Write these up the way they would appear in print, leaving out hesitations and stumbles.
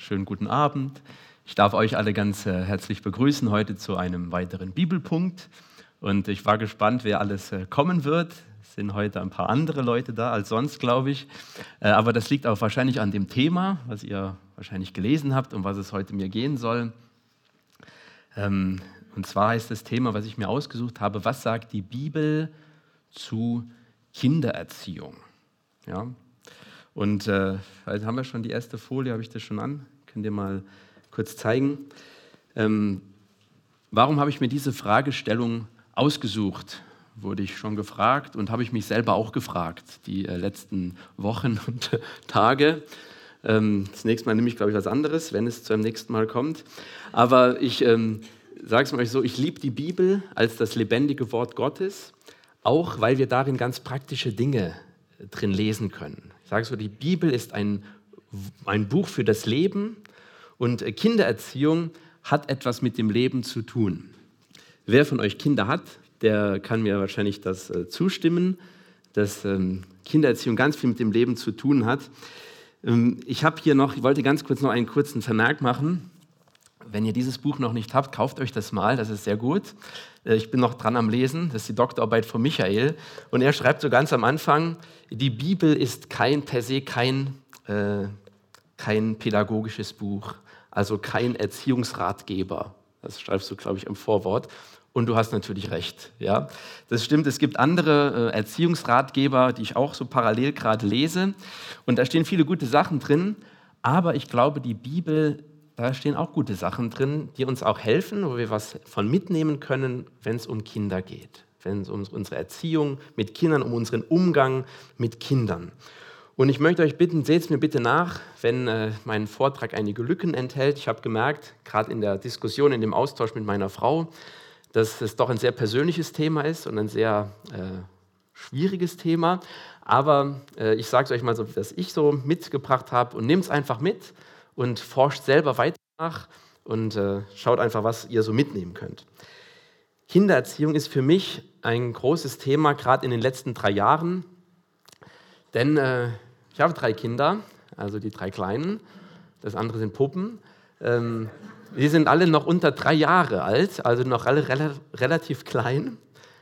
schönen guten Abend. Ich darf euch alle ganz herzlich begrüßen heute zu einem weiteren Bibelpunkt. Und ich war gespannt, wer alles kommen wird. Es sind heute ein paar andere Leute da als sonst, glaube ich. Aber das liegt auch wahrscheinlich an dem Thema, was ihr wahrscheinlich gelesen habt, um was es heute mir gehen soll. Und zwar ist das Thema, was ich mir ausgesucht habe: Was sagt die Bibel zu Kindererziehung? Ja. Und vielleicht haben wir schon die erste Folie, habe ich das schon an? Könnt ihr mal kurz zeigen. Warum habe ich mir diese Fragestellung ausgesucht? Wurde ich schon gefragt und habe ich mich selber auch gefragt, die letzten Wochen und Tage. Das nächste Mal nehme ich, glaube ich, was anderes, wenn es zu einem nächsten Mal kommt. Aber ich sage es mal so, ich liebe die Bibel als das lebendige Wort Gottes, auch weil wir darin ganz praktische Dinge drin lesen können. Ich sage so, die Bibel ist ein Buch für das Leben und Kindererziehung hat etwas mit dem Leben zu tun. Wer von euch Kinder hat, der kann mir wahrscheinlich das zustimmen, dass Kindererziehung ganz viel mit dem Leben zu tun hat. Ich wollte ganz kurz noch einen kurzen Vermerk machen. Wenn ihr dieses Buch noch nicht habt, kauft euch das mal, das ist sehr gut. Ich bin noch dran am Lesen, das ist die Doktorarbeit von Michael. Und er schreibt so ganz am Anfang, die Bibel ist per se kein pädagogisches Buch, also kein Erziehungsratgeber. Das schreibst du, glaube ich, im Vorwort. Und du hast natürlich recht. Ja? Das stimmt, es gibt andere Erziehungsratgeber, die ich auch so parallel gerade lese. Und da stehen viele gute Sachen drin. Aber ich glaube, die Bibel, da stehen auch gute Sachen drin, die uns auch helfen, wo wir was von mitnehmen können, wenn es um Kinder geht. Wenn es um unsere Erziehung mit Kindern, um unseren Umgang mit Kindern. Und ich möchte euch bitten, seht es mir bitte nach, wenn mein Vortrag einige Lücken enthält. Ich habe gemerkt, gerade in der Diskussion, in dem Austausch mit meiner Frau, dass es doch ein sehr persönliches Thema ist und ein sehr schwieriges Thema. Aber ich sage es euch mal so, was ich so mitgebracht habe, und nehmt es einfach mit und forscht selber weiter nach und schaut einfach, was ihr so mitnehmen könnt. Kindererziehung ist für mich ein großes Thema, gerade in den letzten 3 Jahren. Denn ich habe 3 Kinder, also die 3 Kleinen, das andere sind Puppen. Die sind alle noch unter 3 Jahre alt, also noch alle relativ klein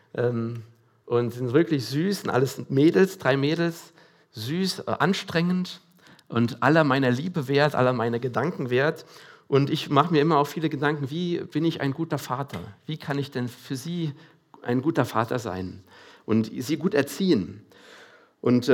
und sind wirklich süß. Und alles sind Mädels, 3 Mädels, süß, anstrengend und aller meiner Liebe wert, aller meiner Gedanken wert. Und ich mache mir immer auch viele Gedanken, wie bin ich ein guter Vater? Wie kann ich denn für sie ein guter Vater sein und sie gut erziehen? Und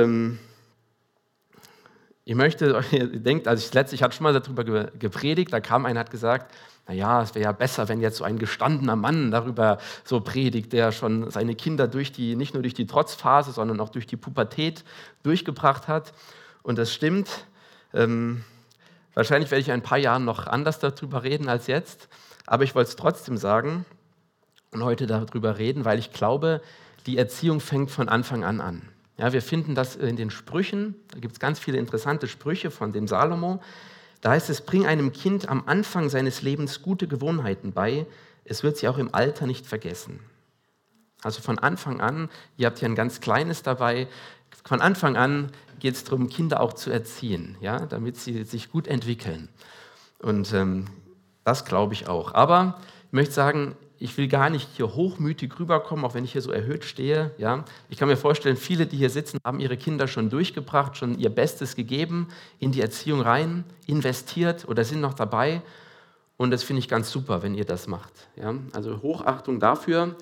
ihr denkt, ich hatte schon mal darüber gepredigt, da kam einer, hat gesagt, naja, es wäre ja besser, wenn jetzt so ein gestandener Mann darüber so predigt, der schon seine Kinder nicht nur durch die Trotzphase, sondern auch durch die Pubertät durchgebracht hat. Und das stimmt. Wahrscheinlich werde ich in ein paar Jahren noch anders darüber reden als jetzt, aber ich wollte es trotzdem sagen und heute darüber reden, weil ich glaube, die Erziehung fängt von Anfang an. Ja, wir finden das in den Sprüchen, da gibt es ganz viele interessante Sprüche von dem Salomo. Da heißt es, bring einem Kind am Anfang seines Lebens gute Gewohnheiten bei, es wird sie auch im Alter nicht vergessen. Also von Anfang an, ihr habt hier ein ganz kleines dabei, von Anfang an geht es darum, Kinder auch zu erziehen, ja, damit sie sich gut entwickeln. Und das glaube ich auch. Aber ich möchte sagen, ich will gar nicht hier hochmütig rüberkommen, auch wenn ich hier so erhöht stehe. Ja. Ich kann mir vorstellen, viele, die hier sitzen, haben ihre Kinder schon durchgebracht, schon ihr Bestes gegeben, in die Erziehung rein, investiert oder sind noch dabei. Und das finde ich ganz super, wenn ihr das macht. Ja. Also Hochachtung dafür.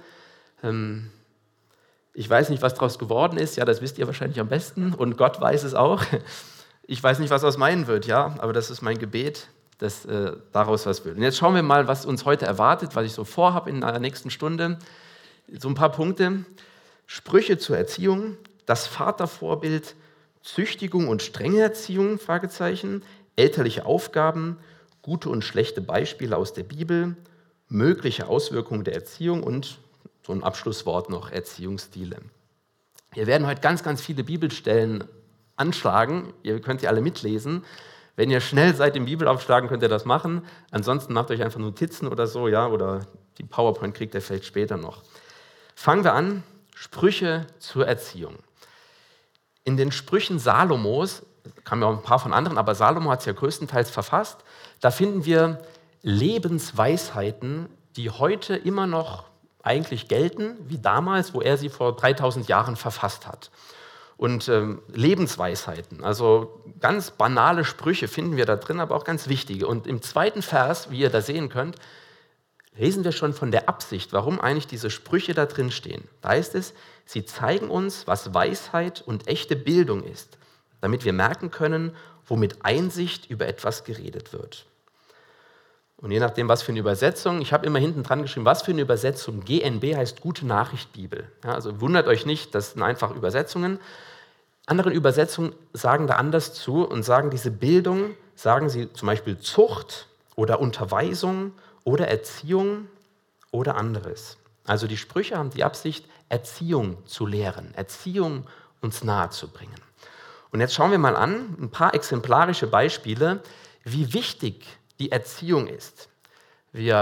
Ich weiß nicht, was daraus geworden ist. Ja, das wisst ihr wahrscheinlich am besten. Und Gott weiß es auch. Ich weiß nicht, was aus meinen wird, ja, aber das ist mein Gebet, dass daraus was wird. Und jetzt schauen wir mal, was uns heute erwartet, was ich so vorhabe in der nächsten Stunde. So ein paar Punkte. Sprüche zur Erziehung, das Vatervorbild, Züchtigung und strenge Erziehung, Fragezeichen, elterliche Aufgaben, gute und schlechte Beispiele aus der Bibel, mögliche Auswirkungen der Erziehung und so ein Abschlusswort noch, Erziehungsstile. Wir werden heute ganz, ganz viele Bibelstellen anschlagen. Ihr könnt die alle mitlesen. Wenn ihr schnell seid im Bibelaufschlagen, könnt ihr das machen. Ansonsten macht euch einfach Notizen oder so, ja, oder die PowerPoint kriegt ihr vielleicht später noch. Fangen wir an, Sprüche zur Erziehung. In den Sprüchen Salomos kamen ja auch ein paar von anderen, aber Salomo hat es ja größtenteils verfasst. Da finden wir Lebensweisheiten, die heute immer noch eigentlich gelten, wie damals, wo er sie vor 3000 Jahren verfasst hat. Und Lebensweisheiten, also ganz banale Sprüche finden wir da drin, aber auch ganz wichtige. Und im zweiten Vers, wie ihr da sehen könnt, lesen wir schon von der Absicht, warum eigentlich diese Sprüche da drin stehen. Da heißt es, sie zeigen uns, was Weisheit und echte Bildung ist, damit wir merken können, womit Einsicht über etwas geredet wird. Und je nachdem, was für eine Übersetzung, ich habe immer hinten dran geschrieben, was für eine Übersetzung, GNB heißt Gute Nachricht Bibel. Ja, also wundert euch nicht, das sind einfach Übersetzungen. Andere Übersetzungen sagen da anders zu und sagen diese Bildung, sagen sie zum Beispiel Zucht oder Unterweisung oder Erziehung oder anderes. Also die Sprüche haben die Absicht, Erziehung zu lehren, Erziehung uns nahezubringen. Und jetzt schauen wir mal an, ein paar exemplarische Beispiele, wie wichtig die Erziehung ist. Die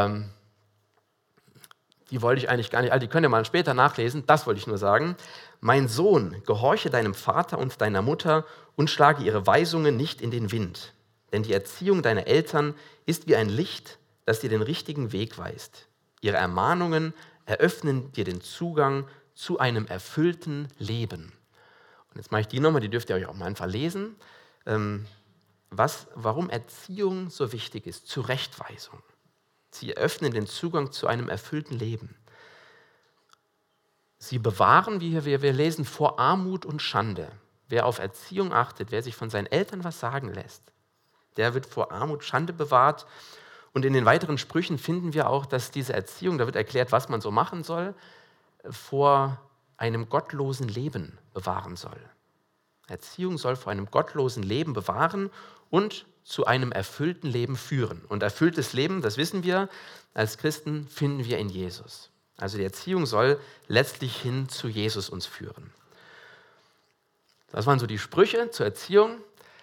wollte ich eigentlich gar nicht, die könnt ihr mal später nachlesen, das wollte ich nur sagen. Mein Sohn, gehorche deinem Vater und deiner Mutter und schlage ihre Weisungen nicht in den Wind. Denn die Erziehung deiner Eltern ist wie ein Licht, das dir den richtigen Weg weist. Ihre Ermahnungen eröffnen dir den Zugang zu einem erfüllten Leben. Und jetzt mache ich die nochmal, die dürft ihr euch auch mal einfach lesen. Warum Erziehung so wichtig ist, Zurechtweisung. Sie eröffnen den Zugang zu einem erfüllten Leben. Sie bewahren, wie wir lesen, vor Armut und Schande. Wer auf Erziehung achtet, wer sich von seinen Eltern was sagen lässt, der wird vor Armut, Schande bewahrt. Und in den weiteren Sprüchen finden wir auch, dass diese Erziehung, da wird erklärt, was man so machen soll, vor einem gottlosen Leben bewahren soll. Erziehung soll vor einem gottlosen Leben bewahren und zu einem erfüllten Leben führen. Und erfülltes Leben, das wissen wir, als Christen finden wir in Jesus. Also die Erziehung soll letztlich hin zu Jesus uns führen. Das waren so die Sprüche zur Erziehung.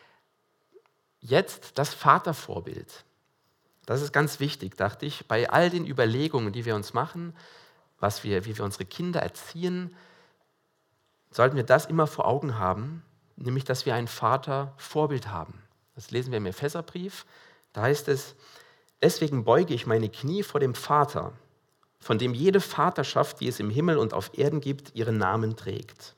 Jetzt das Vatervorbild. Das ist ganz wichtig, dachte ich, bei all den Überlegungen, die wir uns machen, wie wir unsere Kinder erziehen, sollten wir das immer vor Augen haben, nämlich, dass wir ein Vatervorbild haben. Das lesen wir im Epheserbrief. Da heißt es, deswegen beuge ich meine Knie vor dem Vater, von dem jede Vaterschaft, die es im Himmel und auf Erden gibt, ihren Namen trägt.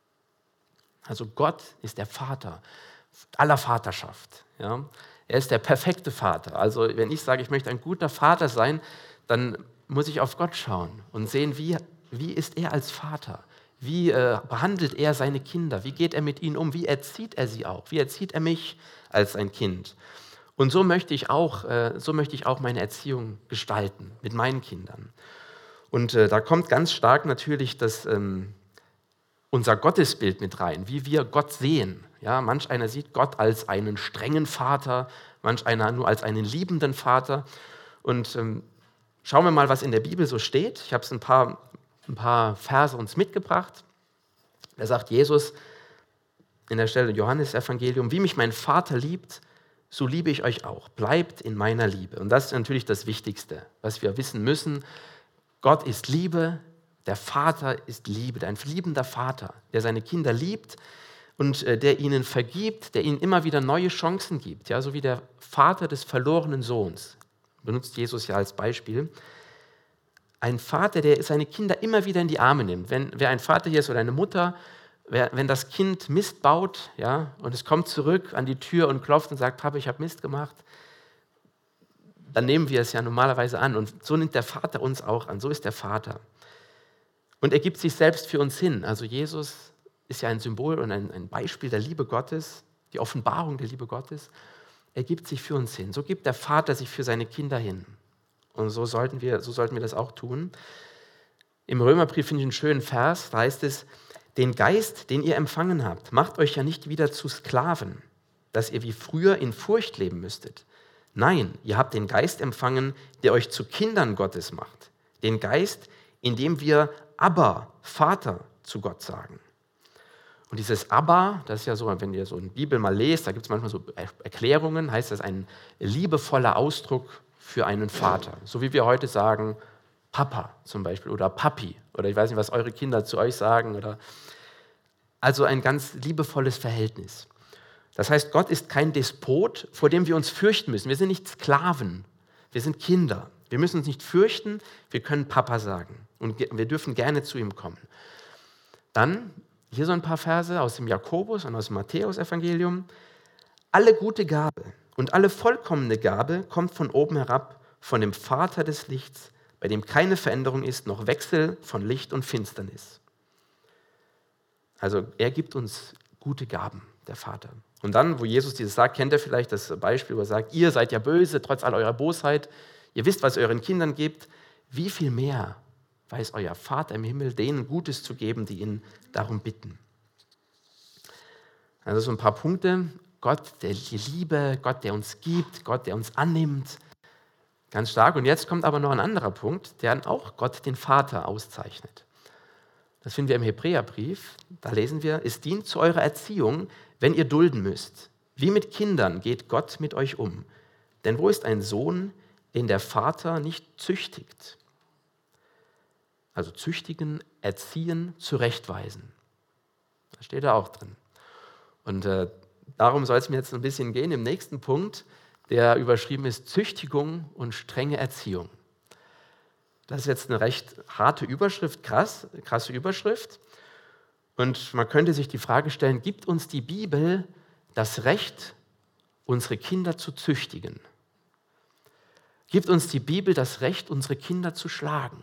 Also Gott ist der Vater aller Vaterschaft. Ja? Er ist der perfekte Vater. Also wenn ich sage, ich möchte ein guter Vater sein, dann muss ich auf Gott schauen und sehen, wie ist er als Vater? Wie behandelt er seine Kinder? Wie geht er mit ihnen um? Wie erzieht er sie auch? Wie erzieht er mich als ein Kind? Und so möchte ich auch meine Erziehung gestalten mit meinen Kindern. Und da kommt ganz stark natürlich unser Gottesbild mit rein, wie wir Gott sehen. Ja, manch einer sieht Gott als einen strengen Vater, manch einer nur als einen liebenden Vater. Und schauen wir mal, was in der Bibel so steht. Ich habe es ein paar Verse uns mitgebracht. Da sagt Jesus in der Stelle Johannesevangelium, wie mich mein Vater liebt, so liebe ich euch auch. Bleibt in meiner Liebe. Und das ist natürlich das Wichtigste, was wir wissen müssen. Gott ist Liebe, der Vater ist Liebe, ein liebender Vater, der seine Kinder liebt und der ihnen vergibt, der ihnen immer wieder neue Chancen gibt. Ja, so wie der Vater des verlorenen Sohns, benutzt Jesus ja als Beispiel. Ein Vater, der seine Kinder immer wieder in die Arme nimmt. Wer ein Vater hier ist oder eine Mutter, wenn das Kind Mist baut, ja, und es kommt zurück an die Tür und klopft und sagt, Papa, ich habe Mist gemacht, dann nehmen wir es ja normalerweise an. Und so nimmt der Vater uns auch an. So ist der Vater. Und er gibt sich selbst für uns hin. Also Jesus ist ja ein Symbol und ein Beispiel der Liebe Gottes, die Offenbarung der Liebe Gottes. Er gibt sich für uns hin. So gibt der Vater sich für seine Kinder hin. Und so sollten wir das auch tun. Im Römerbrief finde ich einen schönen Vers, da heißt es, den Geist, den ihr empfangen habt, macht euch ja nicht wieder zu Sklaven, dass ihr wie früher in Furcht leben müsstet. Nein, ihr habt den Geist empfangen, der euch zu Kindern Gottes macht. Den Geist, in dem wir Abba, Vater, zu Gott sagen. Und dieses Abba, das ist ja so, wenn ihr so eine Bibel mal lest, da gibt es manchmal so Erklärungen, heißt das ein liebevoller Ausdruck für einen Vater. So wie wir heute sagen, Papa zum Beispiel oder Papi oder ich weiß nicht, was eure Kinder zu euch sagen. Also ein ganz liebevolles Verhältnis. Das heißt, Gott ist kein Despot, vor dem wir uns fürchten müssen. Wir sind nicht Sklaven, wir sind Kinder. Wir müssen uns nicht fürchten, wir können Papa sagen und wir dürfen gerne zu ihm kommen. Dann, hier so ein paar Verse aus dem Jakobus und aus dem Matthäus-Evangelium. Alle gute Gabe und alle vollkommene Gabe kommt von oben herab, von dem Vater des Lichts, bei dem keine Veränderung ist, noch Wechsel von Licht und Finsternis. Also er gibt uns gute Gaben, der Vater. Und dann, wo Jesus dieses sagt, kennt ihr vielleicht das Beispiel, wo er sagt, ihr seid ja böse, trotz all eurer Bosheit, ihr wisst, was ihr euren Kindern gebt, wie viel mehr weiß euer Vater im Himmel, denen Gutes zu geben, die ihn darum bitten. Also so ein paar Punkte. Gott, der die Liebe, Gott, der uns gibt, Gott, der uns annimmt. Ganz stark. Und jetzt kommt aber noch ein anderer Punkt, der auch Gott, den Vater, auszeichnet. Das finden wir im Hebräerbrief. Da lesen wir, es dient zu eurer Erziehung, wenn ihr dulden müsst. Wie mit Kindern geht Gott mit euch um. Denn wo ist ein Sohn, den der Vater nicht züchtigt? Also züchtigen, erziehen, zurechtweisen. Das steht da auch drin. Und darum soll es mir jetzt ein bisschen gehen im nächsten Punkt, der überschrieben ist Züchtigung und strenge Erziehung. Das ist jetzt eine recht harte Überschrift, krasse Überschrift. Und man könnte sich die Frage stellen, gibt uns die Bibel das Recht, unsere Kinder zu züchtigen? Gibt uns die Bibel das Recht, unsere Kinder zu schlagen?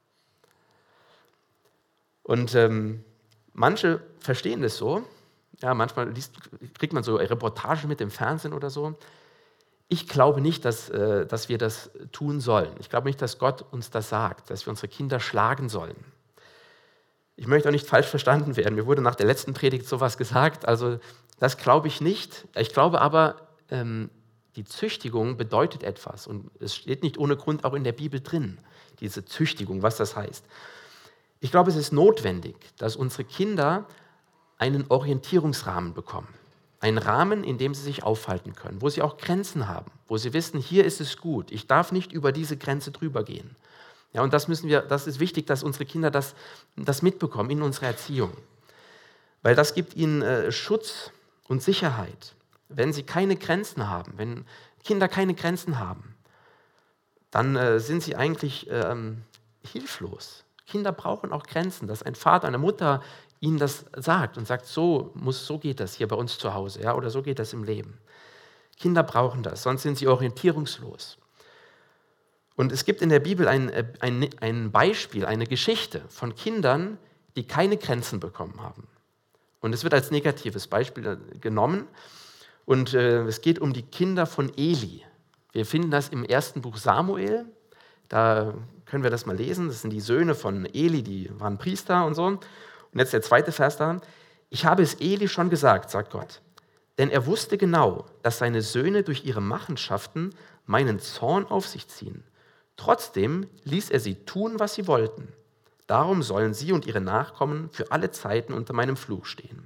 Und manche verstehen das so. Ja, manchmal kriegt man so Reportagen mit im Fernsehen oder so. Ich glaube nicht, dass wir das tun sollen. Ich glaube nicht, dass Gott uns das sagt, dass wir unsere Kinder schlagen sollen. Ich möchte auch nicht falsch verstanden werden. Mir wurde nach der letzten Predigt sowas gesagt. Also das glaube ich nicht. Ich glaube aber, die Züchtigung bedeutet etwas. Und es steht nicht ohne Grund auch in der Bibel drin, diese Züchtigung, was das heißt. Ich glaube, es ist notwendig, dass unsere Kinder einen Orientierungsrahmen bekommen. Einen Rahmen, in dem sie sich aufhalten können, wo sie auch Grenzen haben, wo sie wissen, hier ist es gut, ich darf nicht über diese Grenze drüber gehen. Ja, und das ist wichtig, dass unsere Kinder das mitbekommen in unserer Erziehung. Weil das gibt ihnen Schutz und Sicherheit. Wenn sie keine Grenzen haben, wenn Kinder keine Grenzen haben, dann sind sie eigentlich hilflos. Kinder brauchen auch Grenzen, dass ein Vater, eine Mutter ihnen das sagt und sagt, so geht das hier bei uns zu Hause, ja, oder so geht das im Leben. Kinder brauchen das, sonst sind sie orientierungslos. Und es gibt in der Bibel ein Beispiel, eine Geschichte von Kindern, die keine Grenzen bekommen haben. Und es wird als negatives Beispiel genommen. Und es geht um die Kinder von Eli. Wir finden das im ersten Buch Samuel. Da können wir das mal lesen. Das sind die Söhne von Eli, die waren Priester und so. Und jetzt der zweite Vers da. Ich habe es Eli schon gesagt, sagt Gott. Denn er wusste genau, dass seine Söhne durch ihre Machenschaften meinen Zorn auf sich ziehen. Trotzdem ließ er sie tun, was sie wollten. Darum sollen sie und ihre Nachkommen für alle Zeiten unter meinem Fluch stehen.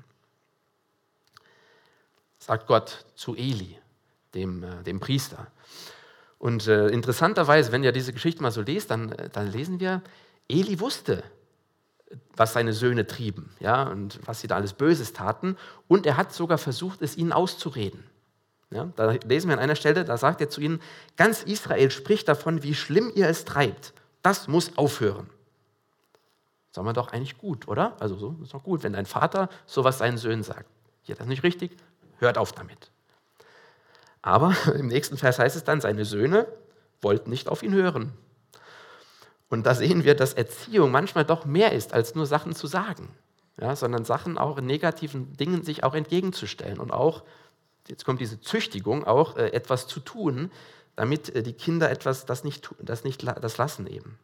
Sagt Gott zu Eli, dem Priester. Und interessanterweise, wenn ihr diese Geschichte mal so lest, dann lesen wir, Eli wusste, was seine Söhne trieben, ja, und was sie da alles Böses taten. Und er hat sogar versucht, es ihnen auszureden. Ja, da lesen wir an einer Stelle, da sagt er zu ihnen, ganz Israel spricht davon, wie schlimm ihr es treibt. Das muss aufhören. Sagen wir doch eigentlich gut, oder? Also so ist doch gut, wenn dein Vater sowas seinen Söhnen sagt. Ja, das ist nicht richtig, hört auf damit. Aber im nächsten Vers heißt es dann, seine Söhne wollten nicht auf ihn hören. Und da sehen wir, dass Erziehung manchmal doch mehr ist, als nur Sachen zu sagen, ja, sondern Sachen auch in negativen Dingen sich auch entgegenzustellen und auch, jetzt kommt diese Züchtigung, auch etwas zu tun, damit die Kinder das lassen eben.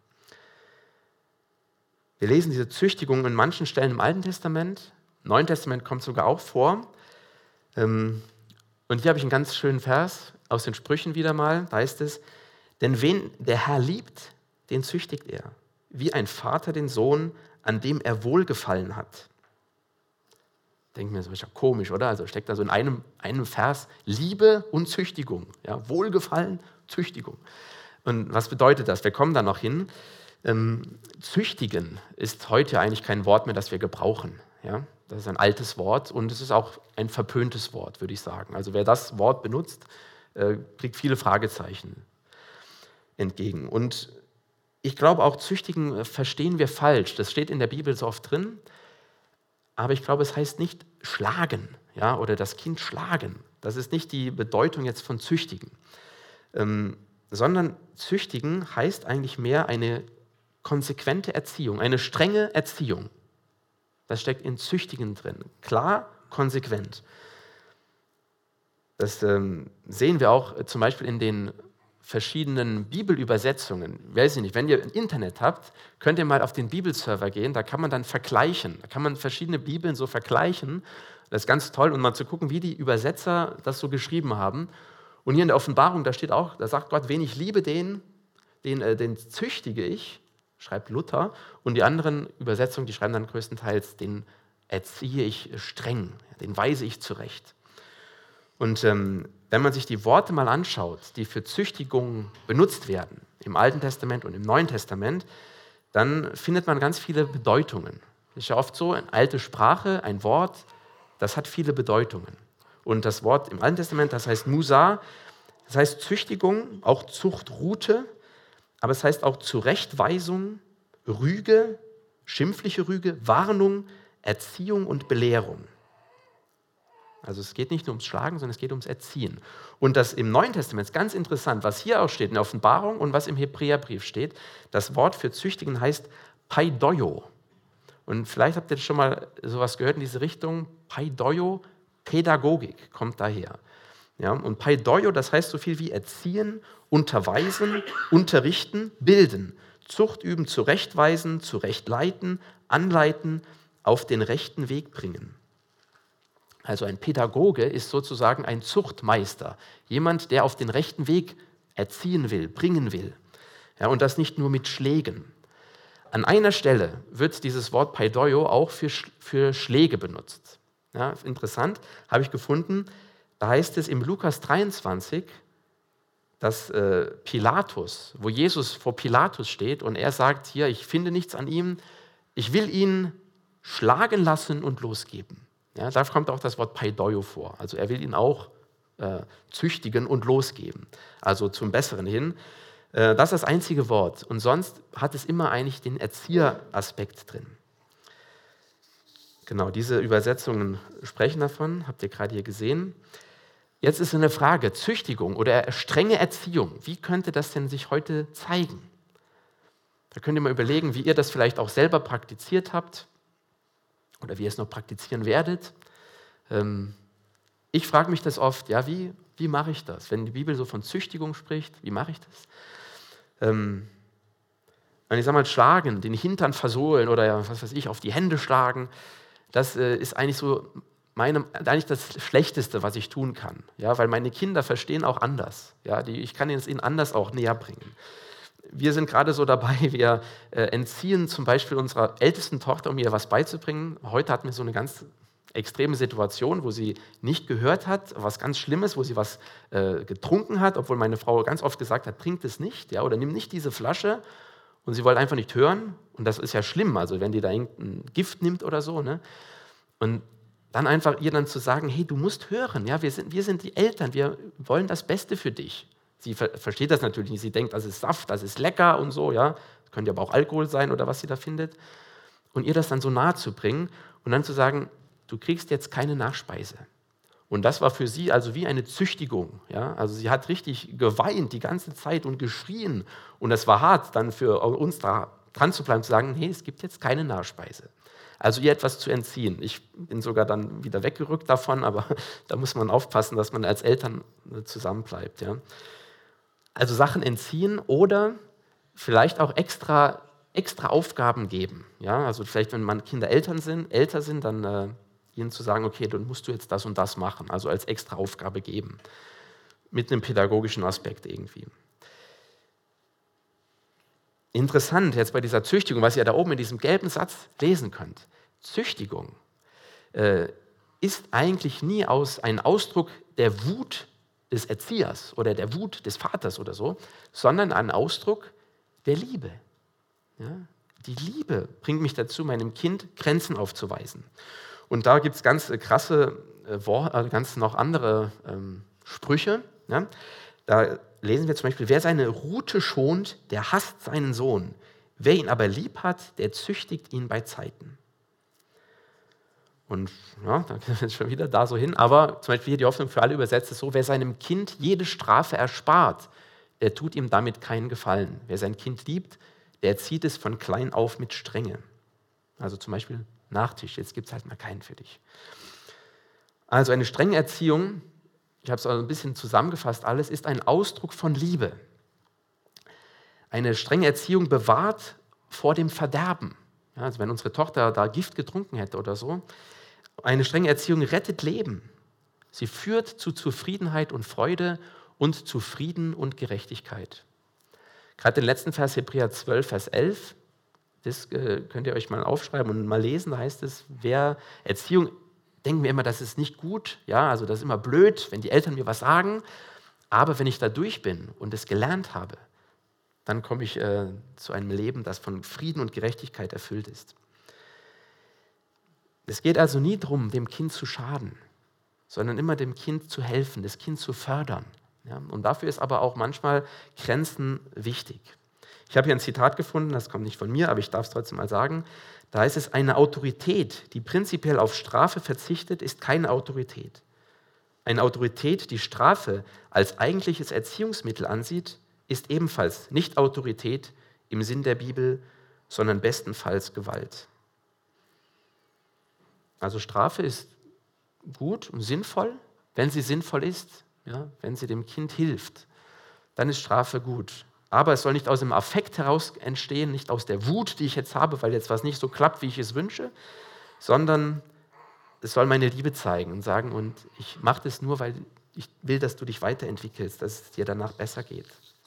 Wir lesen diese Züchtigung in manchen Stellen im Alten Testament, im Neuen Testament kommt sogar auch vor. Und hier habe ich einen ganz schönen Vers aus den Sprüchen wieder mal, da heißt es, denn wen der Herr liebt, den züchtigt er, wie ein Vater den Sohn, an dem er Wohlgefallen hat. Denken wir, das ist ja komisch, oder? Also steckt da so in einem Vers Liebe und Züchtigung. Ja, Wohlgefallen, Züchtigung. Und was bedeutet das? Wir kommen da noch hin. Züchtigen ist heute eigentlich kein Wort mehr, das wir gebrauchen. Ja? Das ist ein altes Wort und es ist auch ein verpöntes Wort, würde ich sagen. Also wer das Wort benutzt, kriegt viele Fragezeichen entgegen. Und ich glaube auch, züchtigen verstehen wir falsch. Das steht in der Bibel so oft drin. Aber ich glaube, es heißt nicht schlagen, ja, oder das Kind schlagen. Das ist nicht die Bedeutung jetzt von züchtigen. Sondern züchtigen heißt eigentlich mehr eine konsequente Erziehung, eine strenge Erziehung. Das steckt in züchtigen drin. Klar, konsequent. Das sehen wir auch zum Beispiel in den verschiedenen Bibelübersetzungen. Weiß ich nicht, wenn ihr ein Internet habt, könnt ihr mal auf den Bibelserver gehen, da kann man dann vergleichen. Da kann man verschiedene Bibeln so vergleichen. Das ist ganz toll, um mal zu gucken, wie die Übersetzer das so geschrieben haben. Und hier in der Offenbarung, da steht auch, da sagt Gott, wen ich liebe, den züchtige ich, schreibt Luther. Und die anderen Übersetzungen, die schreiben dann größtenteils, den erziehe ich streng, den weise ich zurecht. Und wenn man sich die Worte mal anschaut, die für Züchtigung benutzt werden, im Alten Testament und im Neuen Testament, dann findet man ganz viele Bedeutungen. Es ist ja oft so, eine alte Sprache, ein Wort, das hat viele Bedeutungen. Und das Wort im Alten Testament, das heißt Musa, das heißt Züchtigung, auch Zuchtrute, aber es heißt auch Zurechtweisung, Rüge, schimpfliche Rüge, Warnung, Erziehung und Belehrung. Also es geht nicht nur ums Schlagen, sondern es geht ums Erziehen. Und das im Neuen Testament ist ganz interessant, was hier auch steht in der Offenbarung und was im Hebräerbrief steht. Das Wort für Züchtigen heißt Paidoio. Und vielleicht habt ihr schon mal sowas gehört in diese Richtung. Paidoio, Pädagogik kommt daher. Ja, und Paidoio, das heißt so viel wie erziehen, unterweisen, unterrichten, bilden, Zucht üben, zurechtweisen, zurechtleiten, anleiten, auf den rechten Weg bringen. Also ein Pädagoge ist sozusagen ein Zuchtmeister, jemand, der auf den rechten Weg erziehen will, bringen will. Ja, und das nicht nur mit Schlägen. An einer Stelle wird dieses Wort Paidoio auch für Schläge benutzt. Ja, interessant, habe ich gefunden, da heißt es im Lukas 23, dass Pilatus, wo Jesus vor Pilatus steht und er sagt, hier, ich finde nichts an ihm, ich will ihn schlagen lassen und losgeben. Ja, da kommt auch das Wort Paidoio vor. Also er will ihn auch züchtigen und losgeben. Also zum Besseren hin. Das ist das einzige Wort. Und sonst hat es immer eigentlich den Erzieheraspekt drin. Genau, diese Übersetzungen sprechen davon, habt ihr gerade hier gesehen. Jetzt ist eine Frage, Züchtigung oder strenge Erziehung, wie könnte das denn sich heute zeigen? Da könnt ihr mal überlegen, wie ihr das vielleicht auch selber praktiziert habt oder wie ihr es noch praktizieren werdet. Ich frage mich das oft, ja, wie mache ich das? Wenn die Bibel so von Züchtigung spricht, wie mache ich das? Und ich sage mal, schlagen, den Hintern versohlen oder was weiß ich, auf die Hände schlagen, das ist eigentlich so eigentlich das Schlechteste, was ich tun kann. Ja, weil meine Kinder verstehen auch anders. Ja, ich kann es ihnen anders auch näher bringen. Wir sind gerade so dabei, wir entziehen zum Beispiel unserer ältesten Tochter, um ihr was beizubringen. Heute hatten wir so eine ganz extreme Situation, wo sie nicht gehört hat, was ganz Schlimmes, wo sie was getrunken hat, obwohl meine Frau ganz oft gesagt hat, trink das nicht, ja, oder nimm nicht diese Flasche. Und sie wollte einfach nicht hören. Und das ist ja schlimm, also wenn die da irgendein Gift nimmt oder so. Ne? Und dann einfach ihr dann zu sagen, hey, du musst hören, ja, wir sind die Eltern, wir wollen das Beste für dich. Sie versteht das natürlich nicht, sie denkt, das ist Saft, das ist lecker und so, ja, das könnte aber auch Alkohol sein oder was sie da findet. Und ihr das dann so nahe zu bringen und dann zu sagen, du kriegst jetzt keine Nachspeise. Und das war für sie also wie eine Züchtigung, ja, also sie hat richtig geweint die ganze Zeit und geschrien und es war hart, dann für uns da dran zu bleiben, zu sagen, hey, es gibt jetzt keine Nachspeise. Also ihr etwas zu entziehen. Ich bin sogar dann wieder weggerückt davon, aber da muss man aufpassen, dass man als Eltern zusammenbleibt. Ja. Also Sachen entziehen oder vielleicht auch extra Aufgaben geben. Ja. Also vielleicht, wenn man Kinder älter sind, dann ihnen zu sagen, okay, dann musst du jetzt das und das machen. Also als extra Aufgabe geben. Mit einem pädagogischen Aspekt irgendwie. Interessant jetzt bei dieser Züchtigung, was ihr da oben in diesem gelben Satz lesen könnt. Züchtigung ist eigentlich nie ein Ausdruck der Wut des Erziehers oder der Wut des Vaters oder so, sondern ein Ausdruck der Liebe. Ja? Die Liebe bringt mich dazu, meinem Kind Grenzen aufzuweisen. Und da gibt es ganz krasse ganz noch andere Sprüche. Ja? Da lesen wir zum Beispiel, wer seine Rute schont, der hasst seinen Sohn. Wer ihn aber lieb hat, der züchtigt ihn bei Zeiten. Und ja, da gehen wir jetzt schon wieder da so hin. Aber zum Beispiel hier die Hoffnung für alle übersetzt ist so, wer seinem Kind jede Strafe erspart, der tut ihm damit keinen Gefallen. Wer sein Kind liebt, der erzieht es von klein auf mit Strenge. Also zum Beispiel Nachtisch, jetzt gibt es halt mal keinen für dich. Also eine strenge Erziehung, ich habe es also ein bisschen zusammengefasst alles, ist ein Ausdruck von Liebe. Eine strenge Erziehung bewahrt vor dem Verderben. Ja, also wenn unsere Tochter da Gift getrunken hätte oder so. Eine strenge Erziehung rettet Leben. Sie führt zu Zufriedenheit und Freude und zu Frieden und Gerechtigkeit. Gerade den letzten Vers, Hebräer 12, Vers 11, das könnt ihr euch mal aufschreiben und mal lesen. Da heißt es, wer Erziehung, denken wir immer, das ist nicht gut, ja, also das ist immer blöd, wenn die Eltern mir was sagen. Aber wenn ich da durch bin und es gelernt habe, dann komme ich zu einem Leben, das von Frieden und Gerechtigkeit erfüllt ist. Es geht also nie darum, dem Kind zu schaden, sondern immer dem Kind zu helfen, das Kind zu fördern. Ja? Und dafür ist aber auch manchmal Grenzen wichtig. Ich habe hier ein Zitat gefunden, das kommt nicht von mir, aber ich darf es trotzdem mal sagen. Da heißt es, eine Autorität, die prinzipiell auf Strafe verzichtet, ist keine Autorität. Eine Autorität, die Strafe als eigentliches Erziehungsmittel ansieht, ist ebenfalls nicht Autorität im Sinn der Bibel, sondern bestenfalls Gewalt. Also Strafe ist gut und sinnvoll, wenn sie sinnvoll ist, ja, wenn sie dem Kind hilft, dann ist Strafe gut. Aber es soll nicht aus dem Affekt heraus entstehen, nicht aus der Wut, die ich jetzt habe, weil jetzt was nicht so klappt, wie ich es wünsche, sondern es soll meine Liebe zeigen und sagen, und ich mache das nur, weil ich will, dass du dich weiterentwickelst, dass es dir danach besser geht.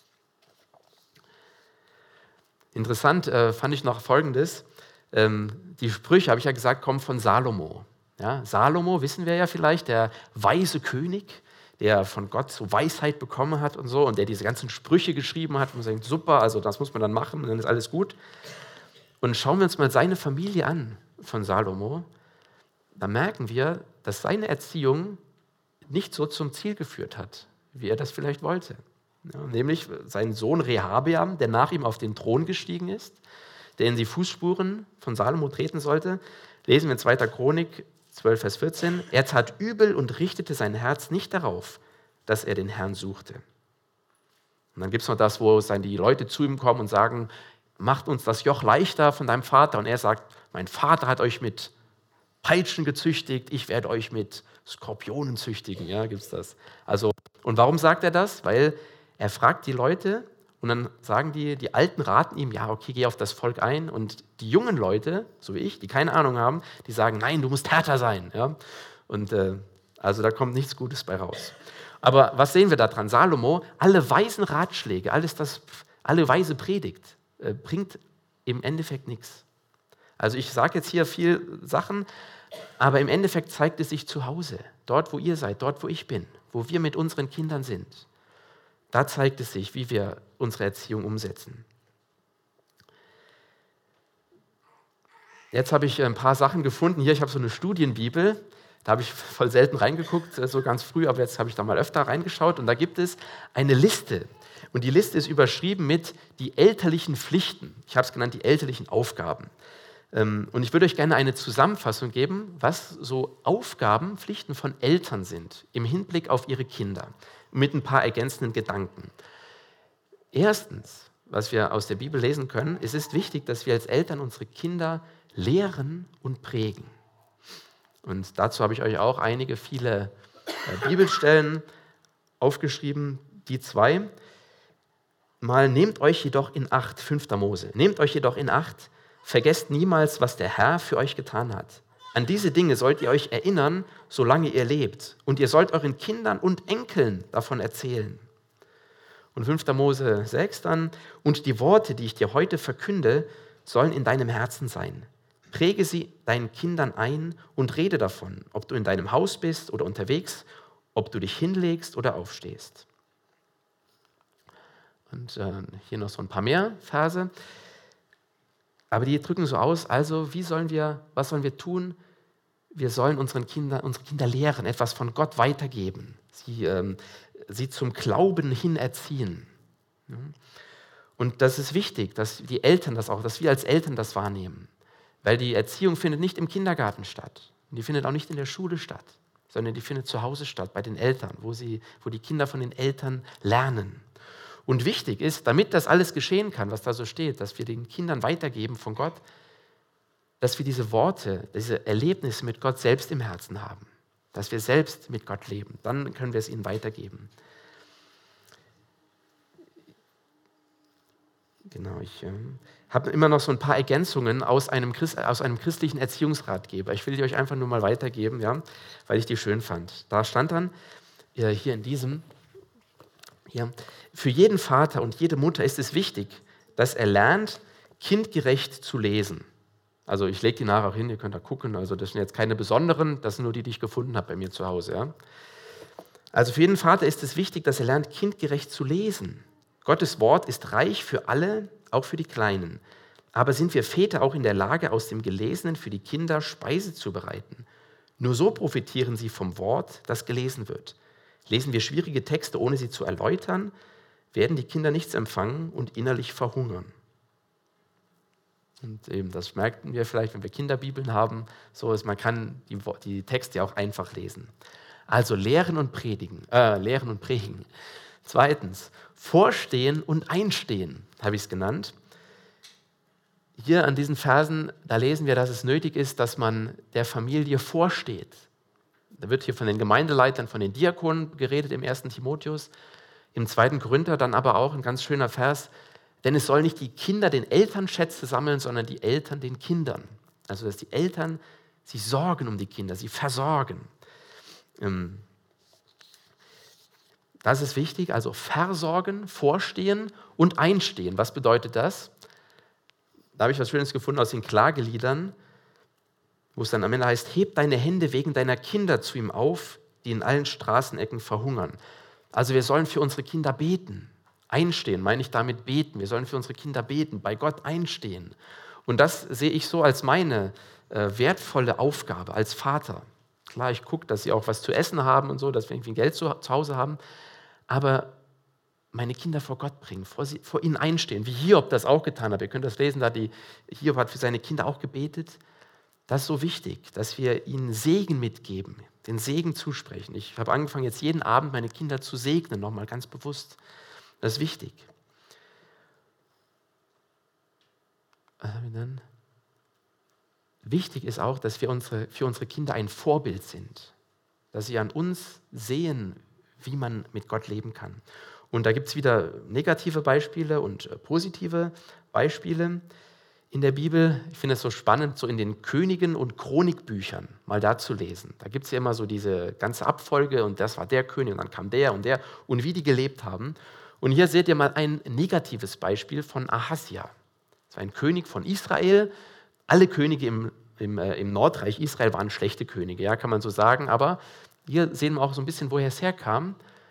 Interessant fand ich noch Folgendes. Die Sprüche, habe ich ja gesagt, kommen von Salomo. Ja, Salomo, wissen wir ja vielleicht, der weise König, der von Gott so Weisheit bekommen hat und so und der diese ganzen Sprüche geschrieben hat und sagt, super, also das muss man dann machen und dann ist alles gut. Und schauen wir uns mal seine Familie an von Salomo, da merken wir, dass seine Erziehung nicht so zum Ziel geführt hat, wie er das vielleicht wollte. Ja, nämlich sein Sohn Rehabeam, der nach ihm auf den Thron gestiegen ist, der in die Fußspuren von Salomo treten sollte, lesen wir in 2. Chronik 12, Vers 14. Er tat übel und richtete sein Herz nicht darauf, dass er den Herrn suchte. Und dann gibt es noch das, wo die Leute zu ihm kommen und sagen, macht uns das Joch leichter von deinem Vater. Und er sagt, mein Vater hat euch mit Peitschen gezüchtigt, ich werde euch mit Skorpionen züchtigen. Ja, gibt's das. Also, und warum sagt er das? Weil er fragt die Leute und dann sagen die Alten raten ihm, ja, okay, geh auf das Volk ein. Und die jungen Leute, so wie ich, die keine Ahnung haben, die sagen, nein, du musst härter sein. Ja? Und also da kommt nichts Gutes bei raus. Aber was sehen wir da dran? Salomo, alle weisen Ratschläge, alle weise Predigt bringt im Endeffekt nichts. Also ich sage jetzt hier viel Sachen, aber im Endeffekt zeigt es sich zu Hause, dort, wo ihr seid, dort, wo ich bin, wo wir mit unseren Kindern sind. Da zeigt es sich, wie wir unsere Erziehung umsetzen. Jetzt habe ich ein paar Sachen gefunden. Hier, ich habe so eine Studienbibel. Da habe ich voll selten reingeguckt, so ganz früh, aber jetzt habe ich da mal öfter reingeschaut. Und da gibt es eine Liste. Und die Liste ist überschrieben mit die elterlichen Pflichten. Ich habe es genannt, die elterlichen Aufgaben. Und ich würde euch gerne eine Zusammenfassung geben, was so Aufgaben, Pflichten von Eltern sind im Hinblick auf ihre Kinder, mit ein paar ergänzenden Gedanken. Erstens, was wir aus der Bibel lesen können, es ist wichtig, dass wir als Eltern unsere Kinder lehren und prägen. Und dazu habe ich euch auch viele Bibelstellen aufgeschrieben, die 2. Mal nehmt euch jedoch in Acht, 5. Mose, nehmt euch jedoch in Acht, vergesst niemals, was der Herr für euch getan hat. An diese Dinge sollt ihr euch erinnern, solange ihr lebt. Und ihr sollt euren Kindern und Enkeln davon erzählen. Und 5. Mose 6 dann, und die Worte, die ich dir heute verkünde, sollen in deinem Herzen sein. Präge sie deinen Kindern ein und rede davon, ob du in deinem Haus bist oder unterwegs, ob du dich hinlegst oder aufstehst. Und hier noch so ein paar mehr Verse. Aber die drücken so aus, also was sollen wir tun? wir sollen unsere Kinder lehren, etwas von Gott weitergeben, sie zum Glauben hin erziehen. Und das ist wichtig, dass die Eltern dass wir als Eltern das wahrnehmen. Weil die Erziehung findet nicht im Kindergarten statt. Und die findet auch nicht in der Schule statt, sondern die findet zu Hause statt, bei den Eltern, wo die Kinder von den Eltern lernen. Und wichtig ist, damit das alles geschehen kann, was da so steht, dass wir den Kindern weitergeben von Gott, dass wir diese Worte, diese Erlebnisse mit Gott selbst im Herzen haben. Dass wir selbst mit Gott leben. Dann können wir es ihnen weitergeben. Genau, ich habe immer noch so ein paar Ergänzungen aus einem christlichen Erziehungsratgeber. Ich will die euch einfach nur mal weitergeben, ja, weil ich die schön fand. Da stand dann, hier in diesem, hier, für jeden Vater und jede Mutter ist es wichtig, dass er lernt, kindgerecht zu lesen. Also ich lege die nachher auch hin, ihr könnt da gucken. Also das sind jetzt keine besonderen, das sind nur die ich gefunden habe bei mir zu Hause. Ja. Also für jeden Vater ist es wichtig, dass er lernt, kindgerecht zu lesen. Gottes Wort ist reich für alle, auch für die Kleinen. Aber sind wir Väter auch in der Lage, aus dem Gelesenen für die Kinder Speise zu bereiten? Nur so profitieren sie vom Wort, das gelesen wird. Lesen wir schwierige Texte, ohne sie zu erläutern, werden die Kinder nichts empfangen und innerlich verhungern. Und eben, das merken wir vielleicht, wenn wir Kinderbibeln haben, so ist, man kann die Texte ja auch einfach lesen. Also lehren und predigen. Zweitens, vorstehen und einstehen, habe ich es genannt. Hier an diesen Versen, da lesen wir, dass es nötig ist, dass man der Familie vorsteht. Da wird hier von den Gemeindeleitern, von den Diakonen geredet im 1. Timotheus, im 2. Korinther dann aber auch ein ganz schöner Vers, denn es sollen nicht die Kinder den Eltern Schätze sammeln, sondern die Eltern den Kindern. Also dass die Eltern, sie sorgen um die Kinder, sie versorgen. Das ist wichtig, also versorgen, vorstehen und einstehen. Was bedeutet das? Da habe ich was Schönes gefunden aus den Klageliedern, wo es dann am Ende heißt, heb deine Hände wegen deiner Kinder zu ihm auf, die in allen Straßenecken verhungern. Also wir sollen für unsere Kinder beten. Einstehen, meine ich damit beten. Wir sollen für unsere Kinder beten, bei Gott einstehen. Und das sehe ich so als meine wertvolle Aufgabe als Vater. Klar, ich gucke, dass sie auch was zu essen haben und so, dass wir irgendwie Geld zu Hause haben. Aber meine Kinder vor Gott bringen, vor ihnen einstehen, wie Hiob das auch getan hat. Ihr könnt das lesen, Hiob hat für seine Kinder auch gebetet. Das ist so wichtig, dass wir ihnen Segen mitgeben, den Segen zusprechen. Ich habe angefangen, jetzt jeden Abend meine Kinder zu segnen, nochmal ganz bewusst. Das ist wichtig. Was haben wir dann? Wichtig ist auch, dass wir für unsere Kinder ein Vorbild sind, dass sie an uns sehen, wie man mit Gott leben kann. Und da gibt es wieder negative Beispiele und positive Beispiele in der Bibel. Ich finde es so spannend, so in den Königen- und Chronikbüchern mal da zu lesen. Da gibt es ja immer so diese ganze Abfolge und das war der König und dann kam der und wie die gelebt haben. Und hier seht ihr mal ein negatives Beispiel von Ahasja. Das war ein König von Israel. Alle Könige im Nordreich Israel waren schlechte Könige, ja, kann man so sagen. Aber hier sehen wir auch so ein bisschen, woher es herkam.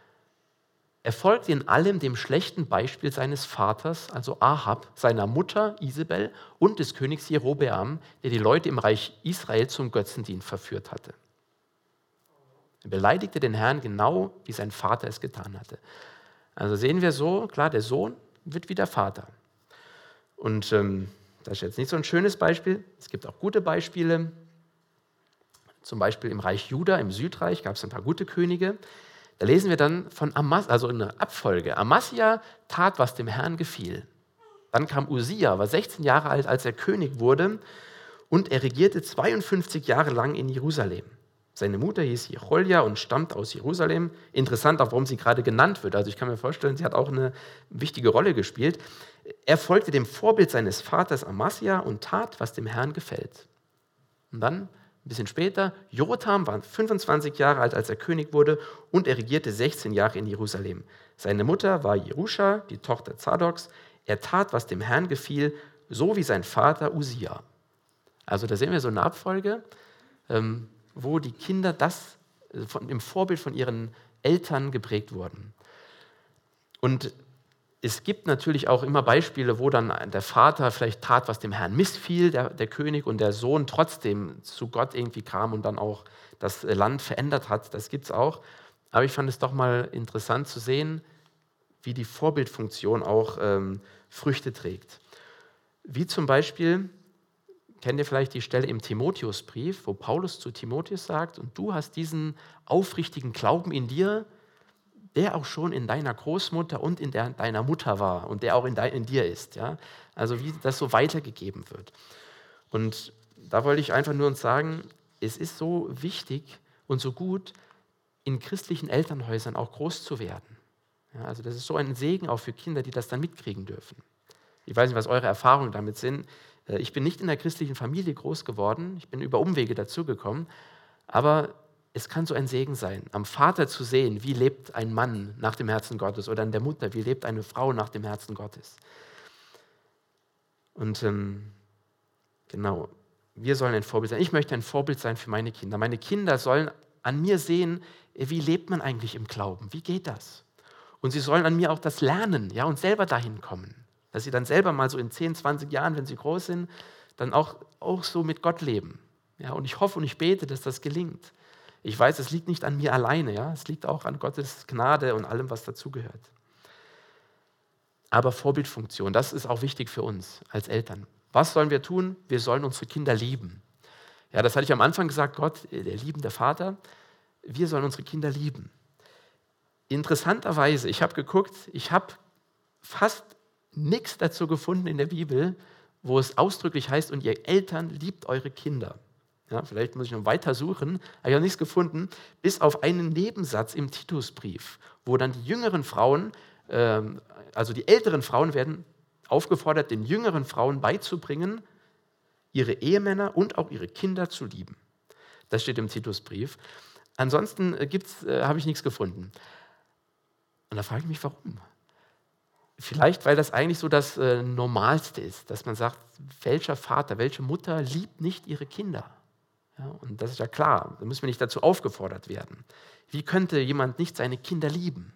Er folgte in allem dem schlechten Beispiel seines Vaters, also Ahab, seiner Mutter Isabel und des Königs Jerobeam, der die Leute im Reich Israel zum Götzendienst verführt hatte. Er beleidigte den Herrn genau, wie sein Vater es getan hatte. Also sehen wir so, klar, der Sohn wird wie der Vater. Und das ist jetzt nicht so ein schönes Beispiel. Es gibt auch gute Beispiele. Zum Beispiel im Reich Juda, im Südreich, gab es ein paar gute Könige. Da lesen wir dann von Amasja, also in der Abfolge. Amasja tat, was dem Herrn gefiel. Dann kam Usia, war 16 Jahre alt, als er König wurde, und er regierte 52 Jahre lang in Jerusalem. Seine Mutter hieß Jecholja und stammt aus Jerusalem. Interessant auch, warum sie gerade genannt wird. Also ich kann mir vorstellen, sie hat auch eine wichtige Rolle gespielt. Er folgte dem Vorbild seines Vaters Amasja und tat, was dem Herrn gefällt. Und dann, ein bisschen später, Jotham war 25 Jahre alt, als er König wurde, und er regierte 16 Jahre in Jerusalem. Seine Mutter war Jeruscha, die Tochter Zadoks. Er tat, was dem Herrn gefiel, so wie sein Vater Usia. Also da sehen wir so eine Abfolge, wo die Kinder im Vorbild von ihren Eltern geprägt wurden. Und Es gibt natürlich auch immer Beispiele, wo dann der Vater vielleicht tat, was dem Herrn missfiel, der König, und der Sohn trotzdem zu Gott irgendwie kam und dann auch das Land verändert hat. Das gibt es auch. Aber ich fand es doch mal interessant zu sehen, wie die Vorbildfunktion auch Früchte trägt. Wie zum Beispiel, kennt ihr vielleicht die Stelle im Timotheusbrief, wo Paulus zu Timotheus sagt, und du hast diesen aufrichtigen Glauben in dir, der auch schon in deiner Großmutter und in deiner Mutter war und der auch in dir ist. Ja? Also wie das so weitergegeben wird. Und da wollte ich einfach nur uns sagen, es ist so wichtig und so gut, in christlichen Elternhäusern auch groß zu werden. Ja, also das ist so ein Segen auch für Kinder, die das dann mitkriegen dürfen. Ich weiß nicht, was eure Erfahrungen damit sind. Ich bin nicht in der christlichen Familie groß geworden, ich bin über Umwege dazugekommen, aber es kann so ein Segen sein, am Vater zu sehen, wie lebt ein Mann nach dem Herzen Gottes, oder an der Mutter, wie lebt eine Frau nach dem Herzen Gottes. Und genau, wir sollen ein Vorbild sein. Ich möchte ein Vorbild sein für meine Kinder. Meine Kinder sollen an mir sehen, wie lebt man eigentlich im Glauben, wie geht das? Und sie sollen an mir auch das lernen, ja, und selber dahin kommen. Dass sie dann selber mal so in 10, 20 Jahren, wenn sie groß sind, dann auch so mit Gott leben. Ja, und ich hoffe und ich bete, dass das gelingt. Ich weiß, es liegt nicht an mir alleine, ja? Es liegt auch an Gottes Gnade und allem, was dazugehört. Aber Vorbildfunktion, das ist auch wichtig für uns als Eltern. Was sollen wir tun? Wir sollen unsere Kinder lieben. Ja, das hatte ich am Anfang gesagt, Gott, der liebende Vater, wir sollen unsere Kinder lieben. Interessanterweise, ich habe geguckt, ich habe fast nichts dazu gefunden in der Bibel, wo es ausdrücklich heißt, und ihr Eltern liebt eure Kinder. Ja, vielleicht muss ich noch weiter suchen, habe ich auch nichts gefunden, bis auf einen Nebensatz im Titusbrief, wo dann die jüngeren Frauen, also die älteren Frauen werden aufgefordert, den jüngeren Frauen beizubringen, ihre Ehemänner und auch ihre Kinder zu lieben. Das steht im Titusbrief. Ansonsten habe ich nichts gefunden. Und da frage ich mich, warum? Vielleicht, weil das eigentlich so das Normalste ist, dass man sagt, welcher Vater, welche Mutter liebt nicht ihre Kinder? Ja, und das ist ja klar, da müssen wir nicht dazu aufgefordert werden. Wie könnte jemand nicht seine Kinder lieben?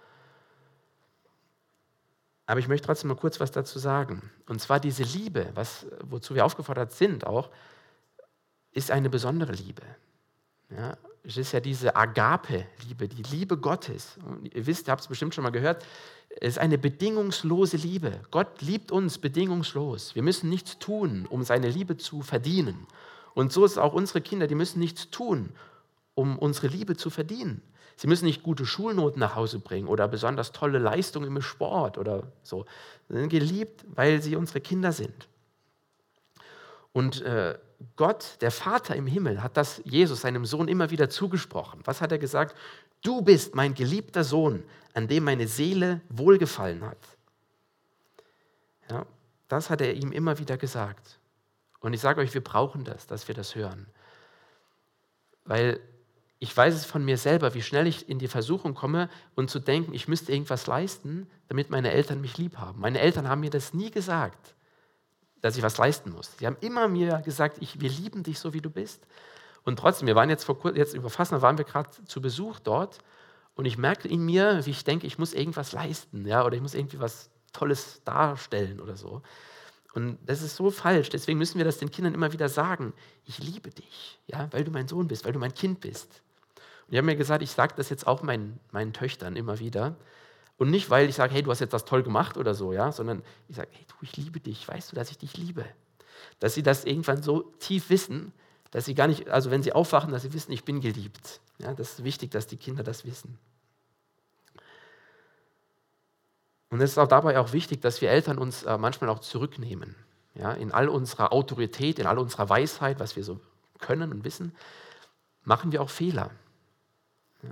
Aber ich möchte trotzdem mal kurz was dazu sagen. Und zwar diese Liebe, wozu wir aufgefordert sind auch, ist eine besondere Liebe. Ja, es ist ja diese Agape-Liebe, die Liebe Gottes. Und ihr wisst, ihr habt es bestimmt schon mal gehört, es ist eine bedingungslose Liebe. Gott liebt uns bedingungslos. Wir müssen nichts tun, um seine Liebe zu verdienen. Und so ist es auch unsere Kinder, die müssen nichts tun, um unsere Liebe zu verdienen. Sie müssen nicht gute Schulnoten nach Hause bringen oder besonders tolle Leistungen im Sport oder so. Sie sind geliebt, weil sie unsere Kinder sind. Und Gott, der Vater im Himmel, hat das Jesus, seinem Sohn, immer wieder zugesprochen. Was hat er gesagt? Du bist mein geliebter Sohn, an dem meine Seele wohlgefallen hat. Ja, das hat er ihm immer wieder gesagt. Und ich sage euch, wir brauchen das, dass wir das hören. Weil ich weiß es von mir selber, wie schnell ich in die Versuchung komme und zu denken, ich müsste irgendwas leisten, damit meine Eltern mich lieb haben. Meine Eltern haben mir das nie gesagt, dass ich was leisten muss. Sie haben immer mir gesagt, wir lieben dich so, wie du bist. Und trotzdem, wir waren jetzt über Fastnacht waren wir gerade zu Besuch dort und ich merke in mir, wie ich denke, ich muss irgendwas leisten, ja, oder ich muss irgendwie was Tolles darstellen oder so. Und das ist so falsch, deswegen müssen wir das den Kindern immer wieder sagen. Ich liebe dich, ja, weil du mein Sohn bist, weil du mein Kind bist. Und ich habe mir gesagt, ich sage das jetzt auch meinen Töchtern immer wieder. Und nicht, weil ich sage, hey, du hast jetzt das toll gemacht oder so, ja, sondern ich sage, hey, du, ich liebe dich, weißt du, dass ich dich liebe? Dass sie das irgendwann so tief wissen, dass sie gar nicht, also wenn sie aufwachen, dass sie wissen, ich bin geliebt. Ja, das ist wichtig, dass die Kinder das wissen. Und es ist auch dabei auch wichtig, dass wir Eltern uns manchmal auch zurücknehmen. Ja, in all unserer Autorität, in all unserer Weisheit, was wir so können und wissen, machen wir auch Fehler. Ja.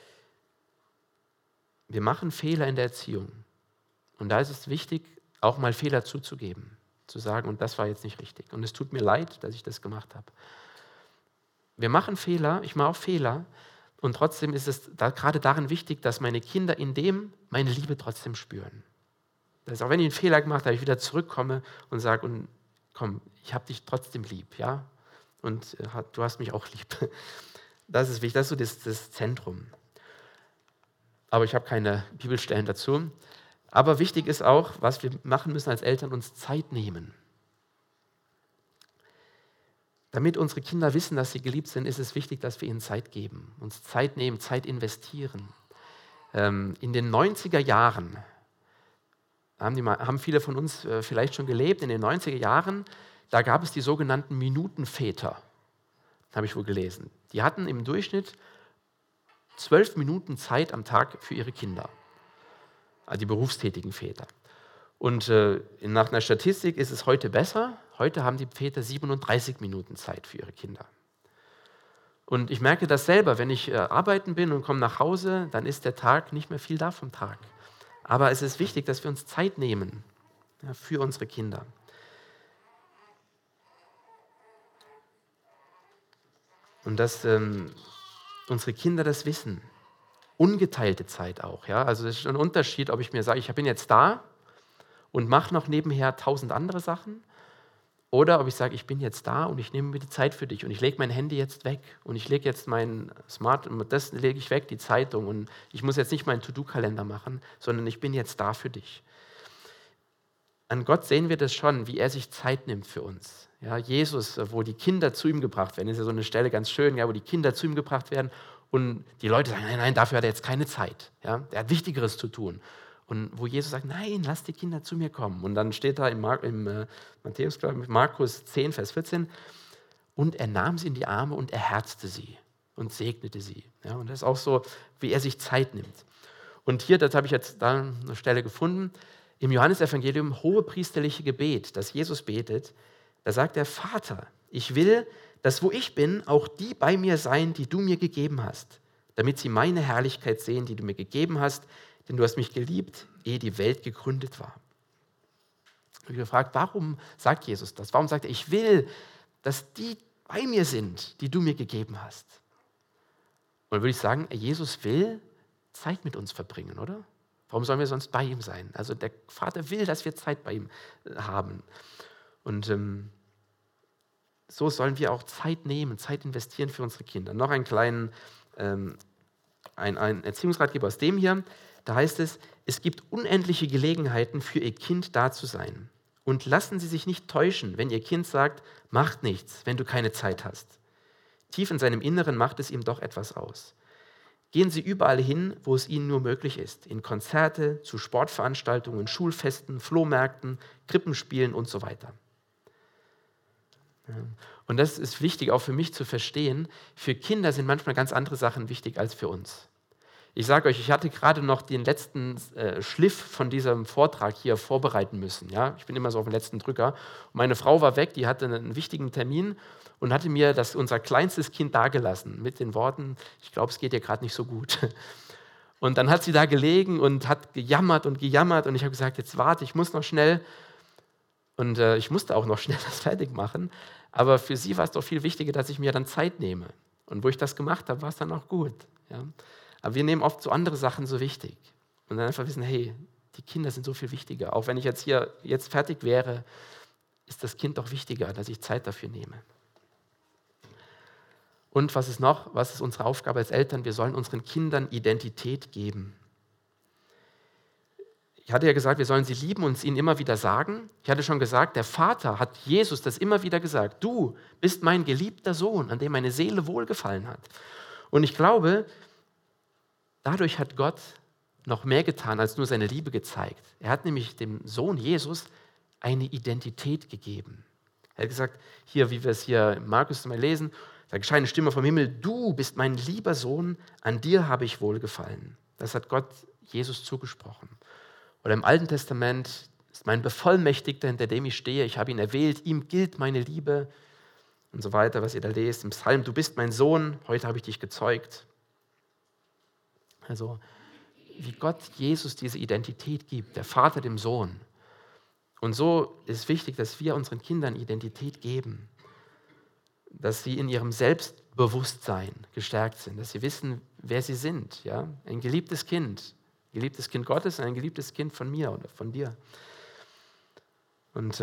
Wir machen Fehler in der Erziehung. Und da ist es wichtig, auch mal Fehler zuzugeben. Zu sagen, und das war jetzt nicht richtig. Und es tut mir leid, dass ich das gemacht habe. Wir machen Fehler, ich mache auch Fehler. Und trotzdem ist es gerade darin wichtig, dass meine Kinder in dem meine Liebe trotzdem spüren. Dass auch wenn ich einen Fehler gemacht habe, ich wieder zurückkomme und sage, und komm, ich habe dich trotzdem lieb, ja? Und du hast mich auch lieb. Das ist wichtig, das ist so das Zentrum. Aber ich habe keine Bibelstellen dazu. Aber wichtig ist auch, was wir machen müssen als Eltern, uns Zeit nehmen. Damit unsere Kinder wissen, dass sie geliebt sind, ist es wichtig, dass wir ihnen Zeit geben, uns Zeit nehmen, Zeit investieren. In den 90er Jahren haben viele von uns vielleicht schon gelebt. In den 90er Jahren, da gab es die sogenannten Minutenväter, habe ich wohl gelesen. Die hatten im Durchschnitt 12 Minuten Zeit am Tag für ihre Kinder, also die berufstätigen Väter. Und nach einer Statistik ist es heute besser. Heute haben die Väter 37 Minuten Zeit für ihre Kinder. Und ich merke das selber, wenn ich arbeiten bin und komme nach Hause, dann ist der Tag nicht mehr viel da vom Tag. Aber es ist wichtig, dass wir uns Zeit nehmen, ja, für unsere Kinder. Und dass unsere Kinder das wissen. Ungeteilte Zeit auch. Ja? Also es ist ein Unterschied, ob ich mir sage, ich bin jetzt da und mache noch nebenher 1000 andere Sachen, oder ob ich sage, ich bin jetzt da und ich nehme mir die Zeit für dich und ich lege mein Handy jetzt weg und ich lege jetzt mein das lege ich weg, die Zeitung, und ich muss jetzt nicht meinen To-Do-Kalender machen, sondern ich bin jetzt da für dich. An Gott sehen wir das schon, wie er sich Zeit nimmt für uns. Ja, Jesus, wo die Kinder zu ihm gebracht werden, ist ja so eine Stelle ganz schön, ja, wo die Kinder zu ihm gebracht werden und die Leute sagen, nein, nein, dafür hat er jetzt keine Zeit. Ja, er hat Wichtigeres zu tun. Und wo Jesus sagt, nein, lass die Kinder zu mir kommen. Und dann steht da im Matthäus, glaube ich, Markus 10, Vers 14, und er nahm sie in die Arme und er herzte sie und segnete sie. Ja, und das ist auch so, wie er sich Zeit nimmt. Und hier, das habe ich jetzt da eine Stelle gefunden, im Johannesevangelium, hohepriesterliche Gebet, das Jesus betet, da sagt er, Vater, ich will, dass wo ich bin, auch die bei mir sein, die du mir gegeben hast, damit sie meine Herrlichkeit sehen, die du mir gegeben hast, denn du hast mich geliebt, ehe die Welt gegründet war. Ich habe gefragt, warum sagt Jesus das? Warum sagt er, ich will, dass die bei mir sind, die du mir gegeben hast? Und dann würde ich sagen, Jesus will Zeit mit uns verbringen, oder? Warum sollen wir sonst bei ihm sein? Also der Vater will, dass wir Zeit bei ihm haben. Und so sollen wir auch Zeit nehmen, Zeit investieren für unsere Kinder. Noch einen kleinen ein Erziehungsratgeber aus dem hier. Da heißt es, es gibt unendliche Gelegenheiten für Ihr Kind da zu sein. Und lassen Sie sich nicht täuschen, wenn Ihr Kind sagt, macht nichts, wenn du keine Zeit hast. Tief in seinem Inneren macht es ihm doch etwas aus. Gehen Sie überall hin, wo es Ihnen nur möglich ist. In Konzerte, zu Sportveranstaltungen, Schulfesten, Flohmärkten, Krippenspielen und so weiter. Und das ist wichtig auch für mich zu verstehen. Für Kinder sind manchmal ganz andere Sachen wichtig als für uns. Ich sage euch, ich hatte gerade noch den letzten Schliff von diesem Vortrag hier vorbereiten müssen. Ja? Ich bin immer so auf dem letzten Drücker. Und meine Frau war weg, die hatte einen wichtigen Termin und hatte mir unser kleinstes Kind dagelassen mit den Worten, ich glaube, es geht dir gerade nicht so gut. Und dann hat sie da gelegen und hat gejammert und ich habe gesagt, jetzt warte, ich muss noch schnell. Und ich musste auch noch schnell das fertig machen. Aber für sie war es doch viel wichtiger, dass ich mir dann Zeit nehme. Und wo ich das gemacht habe, war es dann auch gut. Ja? Aber wir nehmen oft so andere Sachen so wichtig. Und dann einfach wissen, hey, die Kinder sind so viel wichtiger. Auch wenn ich jetzt fertig wäre, ist das Kind doch wichtiger, dass ich Zeit dafür nehme. Und was ist noch? Was ist unsere Aufgabe als Eltern? Wir sollen unseren Kindern Identität geben. Ich hatte ja gesagt, wir sollen sie lieben und es ihnen immer wieder sagen. Ich hatte schon gesagt, der Vater hat Jesus das immer wieder gesagt. Du bist mein geliebter Sohn, an dem meine Seele wohlgefallen hat. Und ich glaube, dadurch hat Gott noch mehr getan, als nur seine Liebe gezeigt. Er hat nämlich dem Sohn Jesus eine Identität gegeben. Er hat gesagt, hier, wie wir es hier im Markus mal lesen, da geschah eine Stimme vom Himmel, du bist mein lieber Sohn, an dir habe ich wohlgefallen. Das hat Gott Jesus zugesprochen. Oder im Alten Testament ist mein Bevollmächtigter, hinter dem ich stehe, ich habe ihn erwählt, ihm gilt meine Liebe und so weiter, was ihr da lest. Im Psalm, du bist mein Sohn, heute habe ich dich gezeugt. Also, wie Gott Jesus diese Identität gibt, der Vater dem Sohn. Und so ist wichtig, dass wir unseren Kindern Identität geben, dass sie in ihrem Selbstbewusstsein gestärkt sind, dass sie wissen, wer sie sind. Ja? Ein geliebtes Kind Gottes, ein geliebtes Kind von mir oder von dir. Und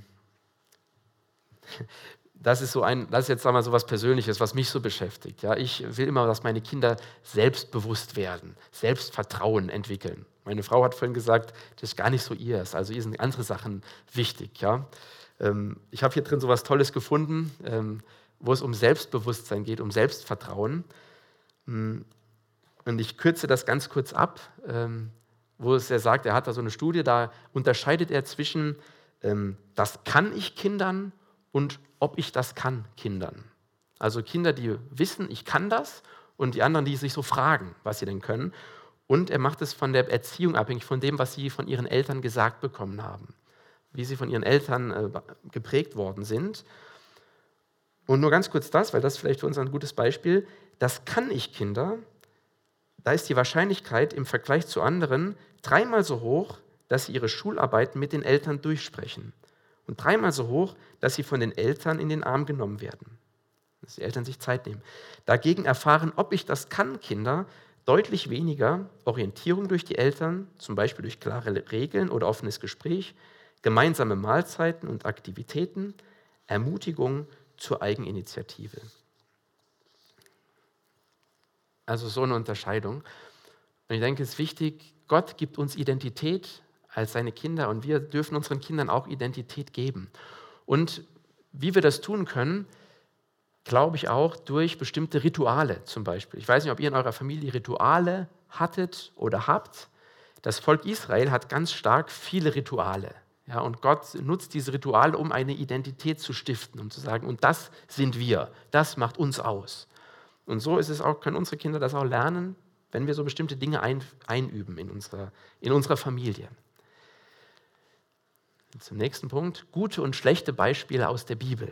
das ist jetzt sagen wir, so was Persönliches, was mich so beschäftigt. Ja, ich will immer, dass meine Kinder selbstbewusst werden, Selbstvertrauen entwickeln. Meine Frau hat vorhin gesagt, das ist gar nicht so ihrs. Also ihr sind andere Sachen wichtig. Ja? Ich habe hier drin so was Tolles gefunden, wo es um Selbstbewusstsein geht, um Selbstvertrauen. Und ich kürze das ganz kurz ab, wo er sagt, er hat da so eine Studie, da unterscheidet er zwischen das kann ich Kindern und ob ich das kann Kindern. Also Kinder, die wissen, ich kann das, und die anderen, die sich so fragen, was sie denn können. Und er macht es von der Erziehung abhängig, von dem, was sie von ihren Eltern gesagt bekommen haben, wie sie von ihren Eltern geprägt worden sind. Und nur ganz kurz das, weil das vielleicht für uns ein gutes Beispiel, das kann ich Kinder, da ist die Wahrscheinlichkeit im Vergleich zu anderen 3-mal so hoch, dass sie ihre Schularbeiten mit den Eltern durchsprechen. Und 3-mal so hoch, dass sie von den Eltern in den Arm genommen werden. Dass die Eltern sich Zeit nehmen. Dagegen erfahren, ob ich das kann, Kinder, deutlich weniger Orientierung durch die Eltern, zum Beispiel durch klare Regeln oder offenes Gespräch, gemeinsame Mahlzeiten und Aktivitäten, Ermutigung zur Eigeninitiative. Also so eine Unterscheidung. Und ich denke, es ist wichtig, Gott gibt uns Identität als seine Kinder und wir dürfen unseren Kindern auch Identität geben. Und wie wir das tun können, glaube ich auch durch bestimmte Rituale zum Beispiel. Ich weiß nicht, ob ihr in eurer Familie Rituale hattet oder habt. Das Volk Israel hat ganz stark viele Rituale. Ja, und Gott nutzt diese Rituale, um eine Identität zu stiften, um zu sagen, und das sind wir, das macht uns aus. Und so ist es auch, können unsere Kinder das auch lernen, wenn wir so bestimmte Dinge einüben in unserer Familie. Zum nächsten Punkt, gute und schlechte Beispiele aus der Bibel.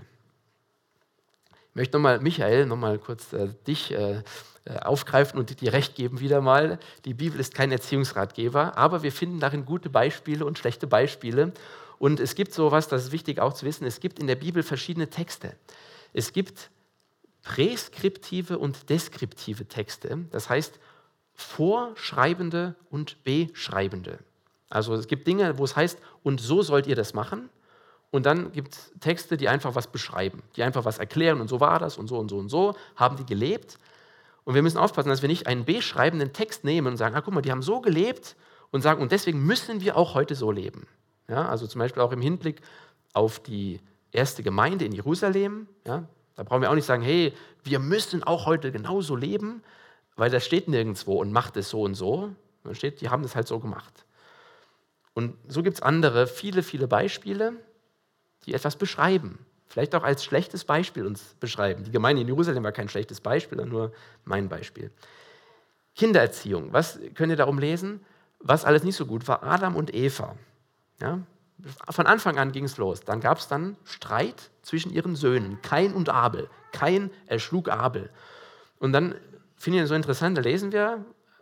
Ich möchte nochmal, Michael, kurz dich aufgreifen und dir recht geben wieder mal. Die Bibel ist kein Erziehungsratgeber, aber wir finden darin gute Beispiele und schlechte Beispiele. Und es gibt sowas, das ist wichtig auch zu wissen, es gibt in der Bibel verschiedene Texte. Es gibt präskriptive und deskriptive Texte, das heißt vorschreibende und beschreibende. Also es gibt Dinge, wo es heißt, und so sollt ihr das machen. Und dann gibt es Texte, die einfach was beschreiben, die einfach was erklären und so war das und so und so und so, haben die gelebt. Und wir müssen aufpassen, dass wir nicht einen beschreibenden Text nehmen und sagen, guck mal, die haben so gelebt und sagen, und deswegen müssen wir auch heute so leben. Ja, also zum Beispiel auch im Hinblick auf die erste Gemeinde in Jerusalem. Ja, da brauchen wir auch nicht sagen, hey, wir müssen auch heute genauso leben, weil das steht nirgendwo und macht es so und so. Da steht, die haben das halt so gemacht. Und so gibt es andere, viele, viele Beispiele, die etwas beschreiben. Vielleicht auch als schlechtes Beispiel uns beschreiben. Die Gemeinde in Jerusalem war kein schlechtes Beispiel, sondern nur mein Beispiel. Kindererziehung, was könnt ihr darum lesen? Was alles nicht so gut war, Adam und Eva. Ja? Von Anfang an ging es los. Dann gab es dann Streit zwischen ihren Söhnen, Kain und Abel. Kain erschlug Abel. Und dann finde ich es so interessant, da lesen wir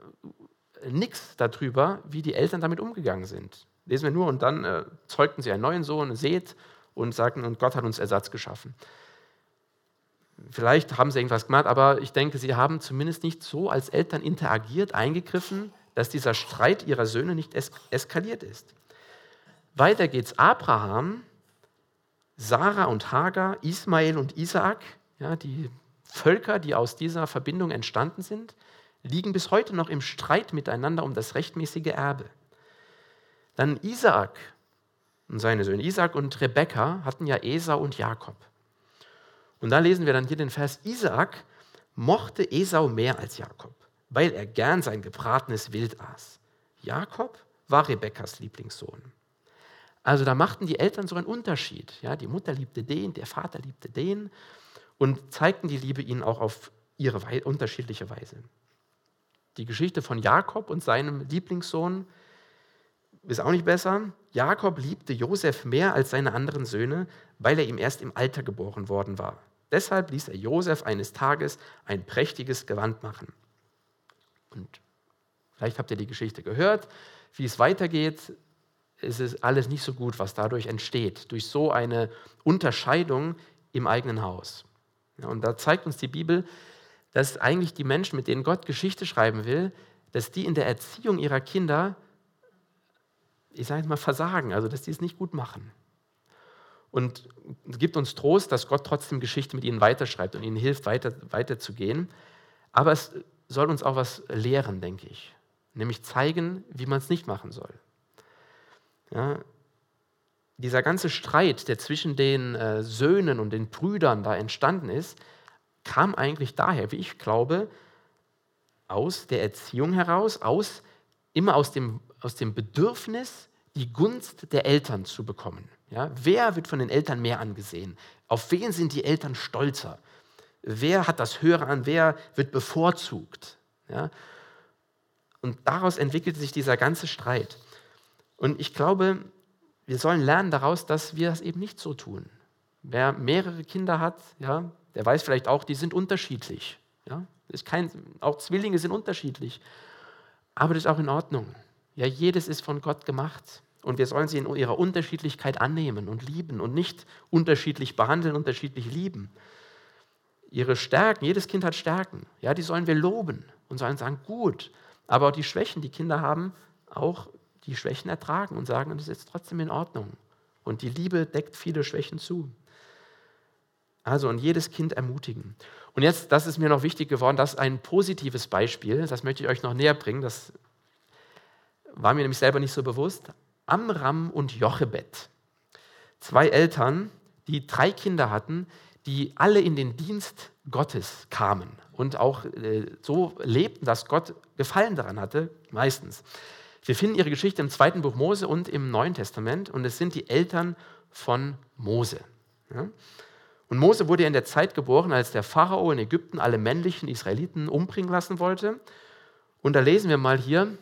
nichts darüber, wie die Eltern damit umgegangen sind. Lesen wir nur, und dann zeugten sie einen neuen Sohn, Seth, und sagten, und Gott hat uns Ersatz geschaffen. Vielleicht haben sie irgendwas gemacht, aber ich denke, sie haben zumindest nicht so als Eltern interagiert, eingegriffen, dass dieser Streit ihrer Söhne nicht eskaliert ist. Weiter geht's. Abraham, Sarah und Hagar, Ismael und Isaak, ja, die Völker, die aus dieser Verbindung entstanden sind, liegen bis heute noch im Streit miteinander um das rechtmäßige Erbe. Dann Isaak und seine Söhne. Isaak und Rebekka hatten ja Esau und Jakob. Und da lesen wir dann hier den Vers, Isaak mochte Esau mehr als Jakob, weil er gern sein gebratenes Wild aß. Jakob war Rebekkas Lieblingssohn. Also da machten die Eltern so einen Unterschied. Ja, die Mutter liebte den, der Vater liebte den und zeigten die Liebe ihnen auch auf ihre unterschiedliche Weise. Die Geschichte von Jakob und seinem Lieblingssohn ist auch nicht besser. Jakob liebte Josef mehr als seine anderen Söhne, weil er ihm erst im Alter geboren worden war. Deshalb ließ er Josef eines Tages ein prächtiges Gewand machen. Und vielleicht habt ihr die Geschichte gehört, wie es weitergeht. Es ist alles nicht so gut, was dadurch entsteht, durch so eine Unterscheidung im eigenen Haus. Ja, und da zeigt uns die Bibel, dass eigentlich die Menschen, mit denen Gott Geschichte schreiben will, dass die in der Erziehung ihrer Kinder, ich sage jetzt mal, versagen, also dass die es nicht gut machen. Und es gibt uns Trost, dass Gott trotzdem Geschichte mit ihnen weiterschreibt und ihnen hilft, weiterzugehen. Aber es soll uns auch was lehren, denke ich. nämlich zeigen, wie man es nicht machen soll. Ja, dieser ganze Streit, der zwischen den Söhnen und den Brüdern da entstanden ist, kam eigentlich daher, wie ich glaube, aus der Erziehung heraus, immer aus dem Bedürfnis, die Gunst der Eltern zu bekommen. Ja, wer wird von den Eltern mehr angesehen? Auf wen sind die Eltern stolzer? Wer hat das Höhere an? Wer wird bevorzugt? Ja, und daraus entwickelte sich dieser ganze Streit. Und ich glaube, wir sollen lernen daraus, dass wir das eben nicht so tun. Wer mehrere Kinder hat, ja, der weiß vielleicht auch, die sind unterschiedlich. Ja? Auch Zwillinge sind unterschiedlich. Aber das ist auch in Ordnung. Ja, jedes ist von Gott gemacht. Und wir sollen sie in ihrer Unterschiedlichkeit annehmen und lieben und nicht unterschiedlich behandeln, unterschiedlich lieben. Ihre Stärken, jedes Kind hat Stärken. Ja, die sollen wir loben und sollen sagen, gut. Aber auch die Schwächen, die Kinder haben, auch die Schwächen ertragen und sagen, das ist trotzdem in Ordnung. Und die Liebe deckt viele Schwächen zu. Also, und jedes Kind ermutigen. Und jetzt, das ist mir noch wichtig geworden, das ist ein positives Beispiel, das möchte ich euch noch näher bringen, das war mir nämlich selber nicht so bewusst. Amram und Jochebed, 2 Eltern, die 3 Kinder hatten, die alle in den Dienst Gottes kamen und auch so lebten, dass Gott Gefallen daran hatte, meistens. Wir finden ihre Geschichte im 2. Buch Mose und im Neuen Testament und es sind die Eltern von Mose. Ja? Und Mose wurde in der Zeit geboren, als der Pharao in Ägypten alle männlichen Israeliten umbringen lassen wollte. Und da lesen wir mal hier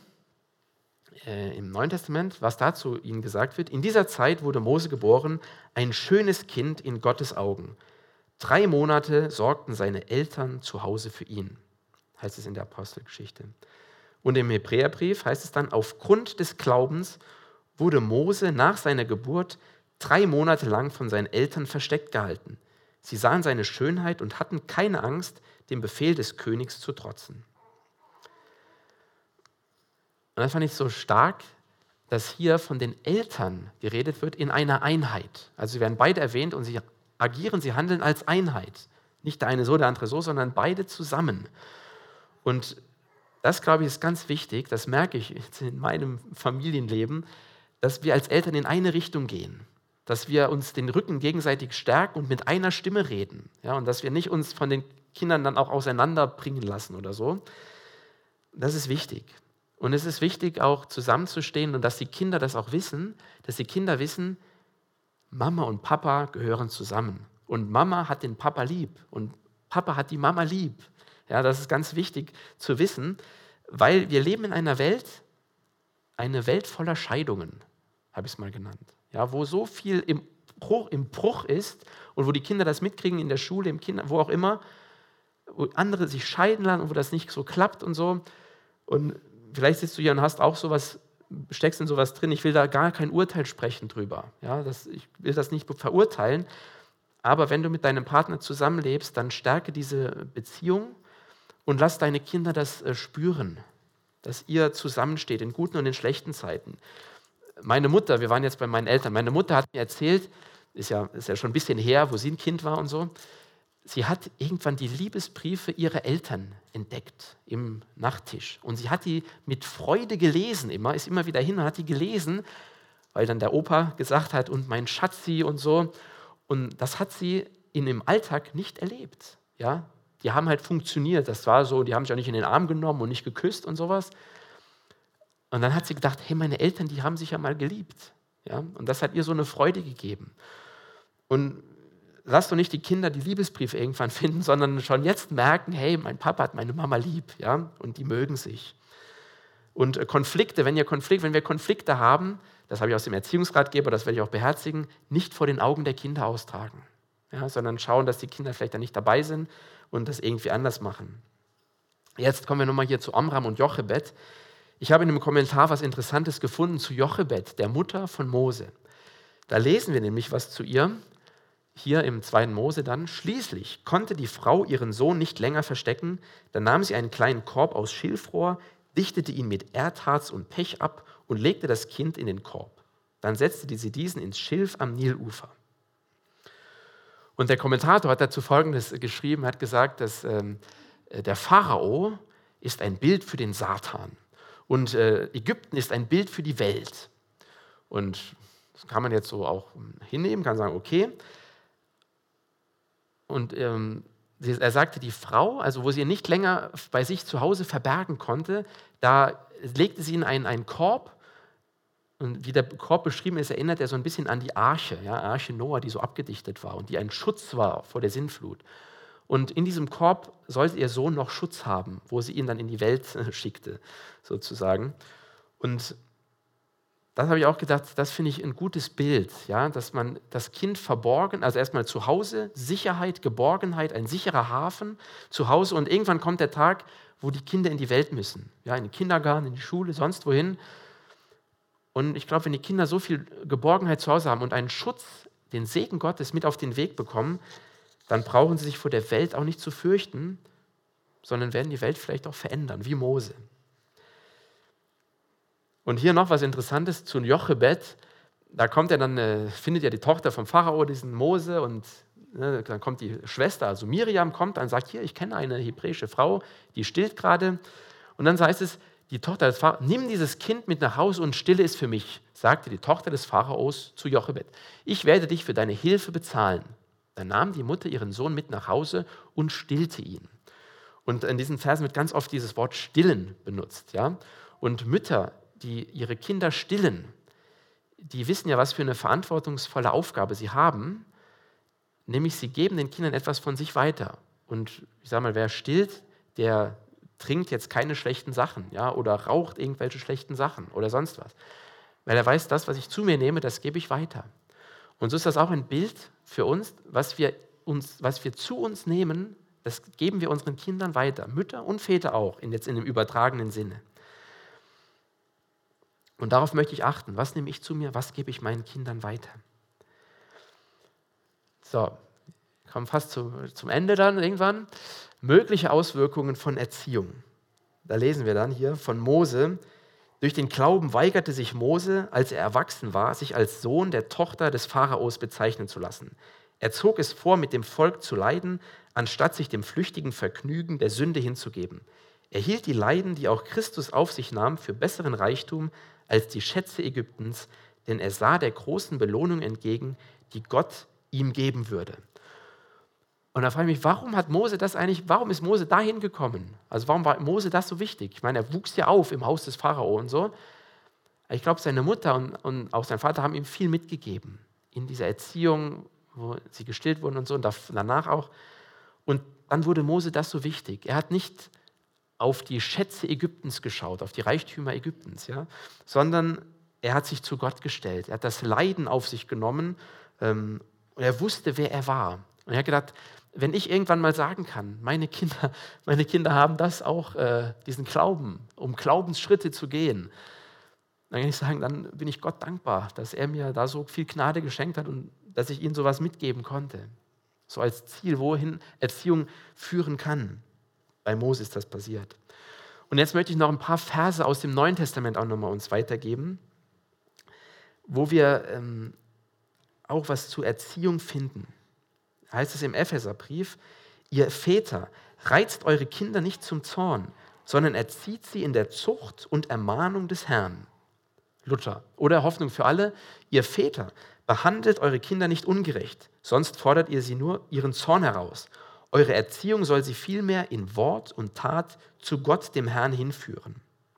im Neuen Testament, was dazu ihnen gesagt wird. In dieser Zeit wurde Mose geboren, ein schönes Kind in Gottes Augen. 3 Monate sorgten seine Eltern zu Hause für ihn, heißt es in der Apostelgeschichte. Und im Hebräerbrief heißt es dann, aufgrund des Glaubens wurde Mose nach seiner Geburt 3 Monate lang von seinen Eltern versteckt gehalten. Sie sahen seine Schönheit und hatten keine Angst, dem Befehl des Königs zu trotzen. Und das fand ich so stark, dass hier von den Eltern geredet wird in einer Einheit. Also sie werden beide erwähnt und sie handeln als Einheit. Nicht der eine so, der andere so, sondern beide zusammen. Und das, glaube ich, ist ganz wichtig, das merke ich jetzt in meinem Familienleben, dass wir als Eltern in eine Richtung gehen, dass wir uns den Rücken gegenseitig stärken und mit einer Stimme reden. Ja, und dass wir nicht uns von den Kindern dann auch auseinanderbringen lassen oder so. Das ist wichtig. Und es ist wichtig, auch zusammenzustehen und dass die Kinder das auch wissen, dass die Kinder wissen, Mama und Papa gehören zusammen. Und Mama hat den Papa lieb und Papa hat die Mama lieb. Ja, das ist ganz wichtig zu wissen, weil wir leben in einer Welt, eine Welt voller Scheidungen, habe ich es mal genannt. Ja, wo so viel im Bruch ist und wo die Kinder das mitkriegen in der Schule, im wo auch immer, wo andere sich scheiden lassen und wo das nicht so klappt und so. Und vielleicht sitzt du hier und hast auch sowas, steckst in sowas drin. Ich will da gar kein Urteil sprechen drüber. Ja, ich will das nicht verurteilen. Aber wenn du mit deinem Partner zusammenlebst, dann stärke diese Beziehung und lass deine Kinder das spüren, dass ihr zusammensteht in guten und in schlechten Zeiten. Meine Mutter, wir waren jetzt bei meinen Eltern, meine Mutter hat mir erzählt, ist ja schon ein bisschen her, wo sie ein Kind war und so, sie hat irgendwann die Liebesbriefe ihrer Eltern entdeckt im Nachttisch. Und sie hat die mit Freude gelesen, ist immer wieder hin und hat die gelesen, weil dann der Opa gesagt hat, und mein Schatzi und so. Und das hat sie in dem Alltag nicht erlebt. Ja? Die haben halt funktioniert, das war so, die haben sich auch nicht in den Arm genommen und nicht geküsst und sowas. Und dann hat sie gedacht, hey, meine Eltern, die haben sich ja mal geliebt. Ja? Und das hat ihr so eine Freude gegeben. Und lass doch nicht die Kinder die Liebesbriefe irgendwann finden, sondern schon jetzt merken, hey, mein Papa hat meine Mama lieb, ja? Und die mögen sich. Und wenn wir Konflikte haben, das habe ich aus dem Erziehungsratgeber, das werde ich auch beherzigen, nicht vor den Augen der Kinder austragen, ja? Sondern schauen, dass die Kinder vielleicht da nicht dabei sind und das irgendwie anders machen. Jetzt kommen wir nochmal hier zu Amram und Jochebed. Ich habe in einem Kommentar was Interessantes gefunden zu Jochebed, der Mutter von Mose. Da lesen wir nämlich was zu ihr, hier im 2. Mose dann. Schließlich konnte die Frau ihren Sohn nicht länger verstecken, dann nahm sie einen kleinen Korb aus Schilfrohr, dichtete ihn mit Erdharz und Pech ab und legte das Kind in den Korb. Dann setzte sie diesen ins Schilf am Nilufer. Und der Kommentator hat dazu Folgendes geschrieben, hat gesagt, dass der Pharao ist ein Bild für den Satan. Und Ägypten ist ein Bild für die Welt. Und das kann man jetzt so auch hinnehmen, kann sagen, okay. Und er sagte, die Frau, also wo sie ihn nicht länger bei sich zu Hause verbergen konnte, da legte sie ihn in einen Korb. Und wie der Korb beschrieben ist, erinnert er so ein bisschen an die Arche, ja, Arche Noah, die so abgedichtet war und die ein Schutz war vor der Sintflut. Und in diesem Korb sollte ihr Sohn noch Schutz haben, wo sie ihn dann in die Welt schickte, sozusagen. Und das habe ich auch gedacht, das finde ich ein gutes Bild, ja, dass man das Kind verborgen, also erstmal zu Hause, Sicherheit, Geborgenheit, ein sicherer Hafen zu Hause und irgendwann kommt der Tag, wo die Kinder in die Welt müssen, ja, in den Kindergarten, in die Schule, sonst wohin. Und ich glaube, wenn die Kinder so viel Geborgenheit zu Hause haben und einen Schutz, den Segen Gottes mit auf den Weg bekommen, dann brauchen sie sich vor der Welt auch nicht zu fürchten, sondern werden die Welt vielleicht auch verändern, wie Mose. Und hier noch was Interessantes zu Jochebed. Da kommt er dann, findet ja die Tochter vom Pharao, diesen Mose, und dann kommt die Schwester, also Miriam, kommt und sagt, hier, ich kenne eine hebräische Frau, die stillt gerade. Und dann heißt es, die Tochter des Pharaos, nimm dieses Kind mit nach Hause und stille es für mich, sagte die Tochter des Pharaos zu Jochebed. Ich werde dich für deine Hilfe bezahlen. Dann nahm die Mutter ihren Sohn mit nach Hause und stillte ihn. Und in diesen Versen wird ganz oft dieses Wort stillen benutzt. Ja? Und Mütter, die ihre Kinder stillen, die wissen ja, was für eine verantwortungsvolle Aufgabe sie haben, nämlich sie geben den Kindern etwas von sich weiter. Und ich sage mal, wer stillt, der trinkt jetzt keine schlechten Sachen, ja, oder raucht irgendwelche schlechten Sachen oder sonst was. Weil er weiß, das, was ich zu mir nehme, das gebe ich weiter. Und so ist das auch ein Bild für uns, was wir zu uns nehmen, das geben wir unseren Kindern weiter. Mütter und Väter auch, jetzt in dem übertragenen Sinne. Und darauf möchte ich achten. Was nehme ich zu mir, was gebe ich meinen Kindern weiter? So, ich komme fast zum Ende dann irgendwann. Mögliche Auswirkungen von Erziehung. Da lesen wir dann hier von Mose. Durch den Glauben weigerte sich Mose, als er erwachsen war, sich als Sohn der Tochter des Pharaos bezeichnen zu lassen. Er zog es vor, mit dem Volk zu leiden, anstatt sich dem flüchtigen Vergnügen der Sünde hinzugeben. Er hielt die Leiden, die auch Christus auf sich nahm, für besseren Reichtum als die Schätze Ägyptens, denn er sah der großen Belohnung entgegen, die Gott ihm geben würde. Und da frage ich mich, warum ist Mose dahin gekommen? Also warum war Mose das so wichtig? Ich meine, er wuchs ja auf im Haus des Pharao und so. Ich glaube, seine Mutter und auch sein Vater haben ihm viel mitgegeben in dieser Erziehung, wo sie gestillt wurden und so und danach auch. Und dann wurde Mose das so wichtig. Er hat nicht auf die Schätze Ägyptens geschaut, auf die Reichtümer Ägyptens, ja, sondern er hat sich zu Gott gestellt. Er hat das Leiden auf sich genommen und er wusste, wer er war. Und er hat gedacht, wenn ich irgendwann mal sagen kann, meine Kinder haben das auch, diesen Glauben, um Glaubensschritte zu gehen, dann kann ich sagen, dann bin ich Gott dankbar, dass er mir da so viel Gnade geschenkt hat und dass ich ihnen sowas mitgeben konnte. So als Ziel, wohin Erziehung führen kann. Bei Mose ist das passiert. Und jetzt möchte ich noch ein paar Verse aus dem Neuen Testament auch nochmal uns weitergeben, wo wir auch was zur Erziehung finden. Heißt es im Epheserbrief, ihr Väter, reizt eure Kinder nicht zum Zorn, sondern erzieht sie in der Zucht und Ermahnung des Herrn. Luther. Oder Hoffnung für alle, ihr Väter, behandelt eure Kinder nicht ungerecht, sonst fordert ihr sie nur ihren Zorn heraus. Eure Erziehung soll sie vielmehr in Wort und Tat zu Gott, dem Herrn, hinführen.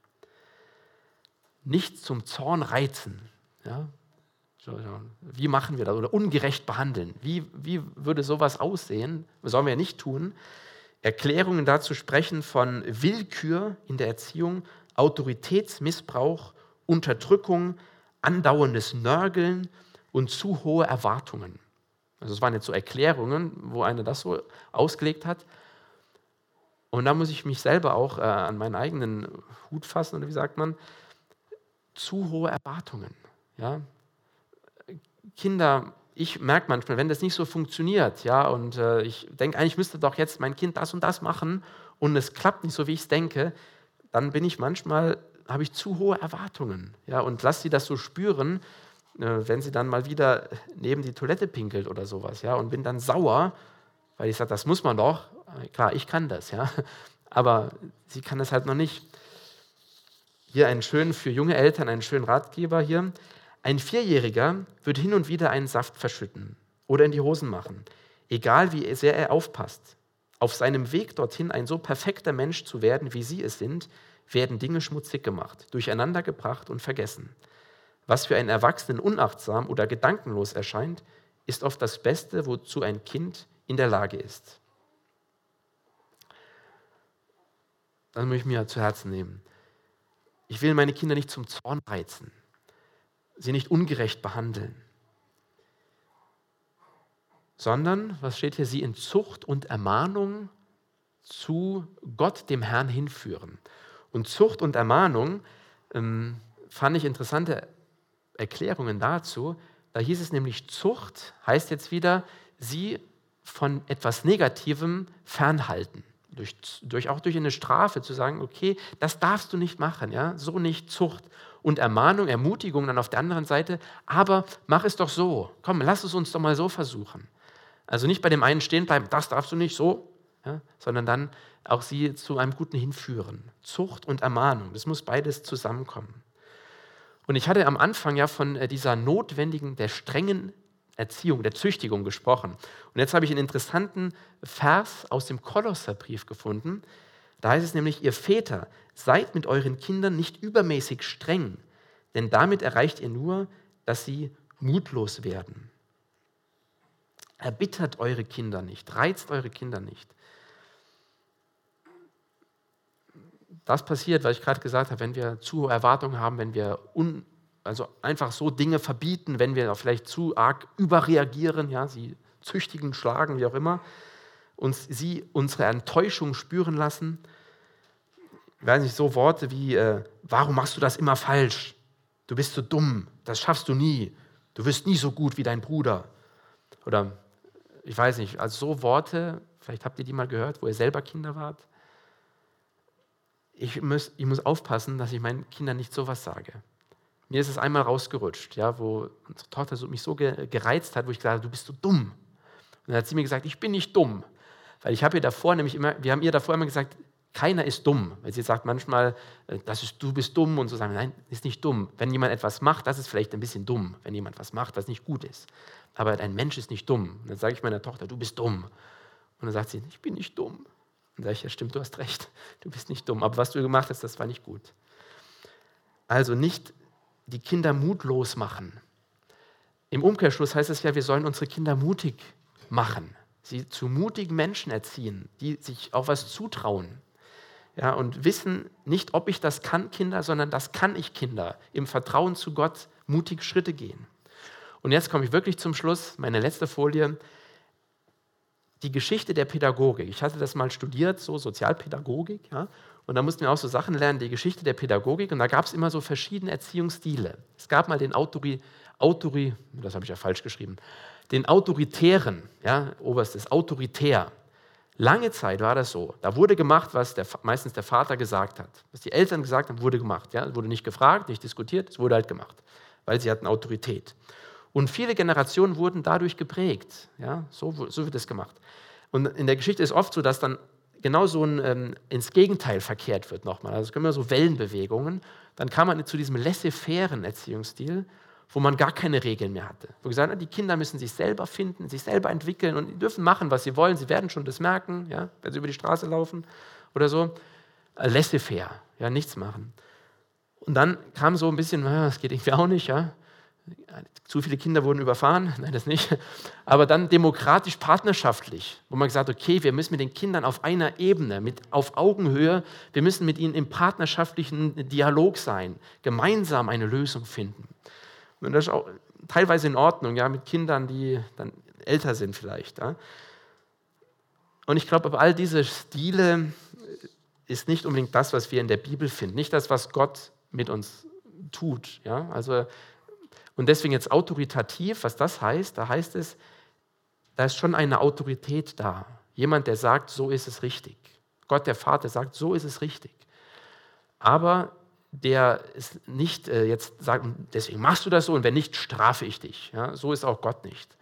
Nicht zum Zorn reizen. Ja? Wie machen wir das? Oder ungerecht behandeln. Wie würde sowas aussehen? Das sollen wir ja nicht tun. Erklärungen dazu sprechen von Willkür in der Erziehung, Autoritätsmissbrauch, Unterdrückung, andauerndes Nörgeln und zu hohe Erwartungen. Also es waren jetzt so Erklärungen, wo einer das so ausgelegt hat. Und da muss ich mich selber auch an meinen eigenen Hut fassen, oder wie sagt man, zu hohe Erwartungen. Ja? Kinder, ich merke manchmal, wenn das nicht so funktioniert, ja, und ich denke, eigentlich müsste doch jetzt mein Kind das und das machen und es klappt nicht so, wie ich es denke, dann habe ich zu hohe Erwartungen, ja, und lasse sie das so spüren, wenn sie dann mal wieder neben die Toilette pinkelt oder sowas, ja, und bin dann sauer, weil ich sage, das muss man doch, klar, ich kann das, ja, aber sie kann das halt noch nicht. Hier für junge Eltern einen schönen Ratgeber hier. Ein Vierjähriger wird hin und wieder einen Saft verschütten oder in die Hosen machen, egal wie sehr er aufpasst. Auf seinem Weg dorthin, ein so perfekter Mensch zu werden, wie Sie es sind, werden Dinge schmutzig gemacht, durcheinandergebracht und vergessen. Was für einen Erwachsenen unachtsam oder gedankenlos erscheint, ist oft das Beste, wozu ein Kind in der Lage ist. Das muss ich mir zu Herzen nehmen. Ich will meine Kinder nicht zum Zorn reizen, sie nicht ungerecht behandeln, sondern, was steht hier, sie in Zucht und Ermahnung zu Gott, dem Herrn, hinführen. Und Zucht und Ermahnung fand ich interessante Erklärungen dazu. Da hieß es nämlich, Zucht heißt jetzt wieder, sie von etwas Negativem fernhalten. Auch durch eine Strafe zu sagen, okay, das darfst du nicht machen, ja? So nicht. Zucht und Ermahnung, Ermutigung dann auf der anderen Seite, aber mach es doch so, komm, lass es uns doch mal so versuchen. Also nicht bei dem einen stehen bleiben, das darfst du nicht so, ja? Sondern dann auch sie zu einem Guten hinführen. Zucht und Ermahnung, das muss beides zusammenkommen. Und ich hatte am Anfang ja von dieser notwendigen, der strengen Erziehung, der Züchtigung gesprochen. Und jetzt habe ich einen interessanten Vers aus dem Kolosserbrief gefunden. Da heißt es nämlich, ihr Väter, seid mit euren Kindern nicht übermäßig streng, denn damit erreicht ihr nur, dass sie mutlos werden. Erbittert eure Kinder nicht, reizt eure Kinder nicht. Das passiert, was ich gerade gesagt habe, wenn wir zu hohe Erwartungen haben, wenn wir also einfach so Dinge verbieten, wenn wir vielleicht zu arg überreagieren, ja, sie züchtigen, schlagen, wie auch immer, und sie unsere Enttäuschung spüren lassen. Ich weiß nicht, so Worte wie, warum machst du das immer falsch? Du bist so dumm, das schaffst du nie. Du wirst nie so gut wie dein Bruder. Oder, ich weiß nicht, also so Worte, vielleicht habt ihr die mal gehört, wo ihr selber Kinder wart. Ich muss aufpassen, dass ich meinen Kindern nicht sowas sage. Mir ist es einmal rausgerutscht, ja, wo unsere Tochter mich so gereizt hat, wo ich gesagt habe, du bist so dumm. Und dann hat sie mir gesagt, ich bin nicht dumm. Weil wir haben ihr davor immer gesagt, keiner ist dumm. Weil sie sagt manchmal, du bist dumm und so sagen, nein, ist nicht dumm. Wenn jemand etwas macht, das ist vielleicht ein bisschen dumm, wenn jemand was macht, was nicht gut ist. Aber ein Mensch ist nicht dumm. Und dann sage ich meiner Tochter, du bist dumm. Und dann sagt sie, ich bin nicht dumm. Und dann sage ich, ja stimmt, du hast recht, du bist nicht dumm. Aber was du gemacht hast, das war nicht gut. Also nicht die Kinder mutlos machen. Im Umkehrschluss heißt es ja, wir sollen unsere Kinder mutig machen, sie zu mutigen Menschen erziehen, die sich auch was zutrauen. Ja, und wissen nicht, ob ich das kann, Kinder, sondern das kann ich, Kinder, im Vertrauen zu Gott mutig Schritte gehen. Und jetzt komme ich wirklich zum Schluss, meine letzte Folie, die Geschichte der Pädagogik. Ich hatte das mal studiert, so Sozialpädagogik, ja, und da mussten wir auch so Sachen lernen, die Geschichte der Pädagogik, und da gab es immer so verschiedene Erziehungsstile. Es gab mal den das habe ich ja falsch geschrieben, den Autoritären, ja, oberstes, autoritär. Lange Zeit war das so. Da wurde gemacht, was meistens der Vater gesagt hat. Was die Eltern gesagt haben, wurde gemacht. Ja? Es wurde nicht gefragt, nicht diskutiert, es wurde halt gemacht, weil sie hatten Autorität. Und viele Generationen wurden dadurch geprägt. Ja? So wird es gemacht. Und in der Geschichte ist oft so, dass dann genau so ins Gegenteil verkehrt wird nochmal. Also es kommen immer so Wellenbewegungen. Dann kam man zu diesem laissez-faire Erziehungsstil, wo man gar keine Regeln mehr hatte. Wo gesagt hat, die Kinder müssen sich selber finden, sich selber entwickeln und die dürfen machen, was sie wollen. Sie werden schon das merken, ja, wenn sie über die Straße laufen oder so. Laissez-faire, ja, nichts machen. Und dann kam so ein bisschen, das geht irgendwie auch nicht, ja. Zu viele Kinder wurden überfahren, nein, das nicht. Aber dann demokratisch partnerschaftlich, wo man gesagt hat, okay, wir müssen mit den Kindern auf einer Ebene, auf Augenhöhe, wir müssen mit ihnen im partnerschaftlichen Dialog sein, gemeinsam eine Lösung finden. Und das ist auch teilweise in Ordnung, ja, mit Kindern, die dann älter sind vielleicht. Ja. Und ich glaube, aber all diese Stile ist nicht unbedingt das, was wir in der Bibel finden, nicht das, was Gott mit uns tut. Ja. Also, und deswegen jetzt autoritativ, was das heißt, da heißt es, da ist schon eine Autorität da. Jemand, der sagt, so ist es richtig. Gott, der Vater, sagt, so ist es richtig. Aber der ist nicht jetzt sagt, deswegen machst du das so und wenn nicht, strafe ich dich. Ja, so ist auch Gott nicht.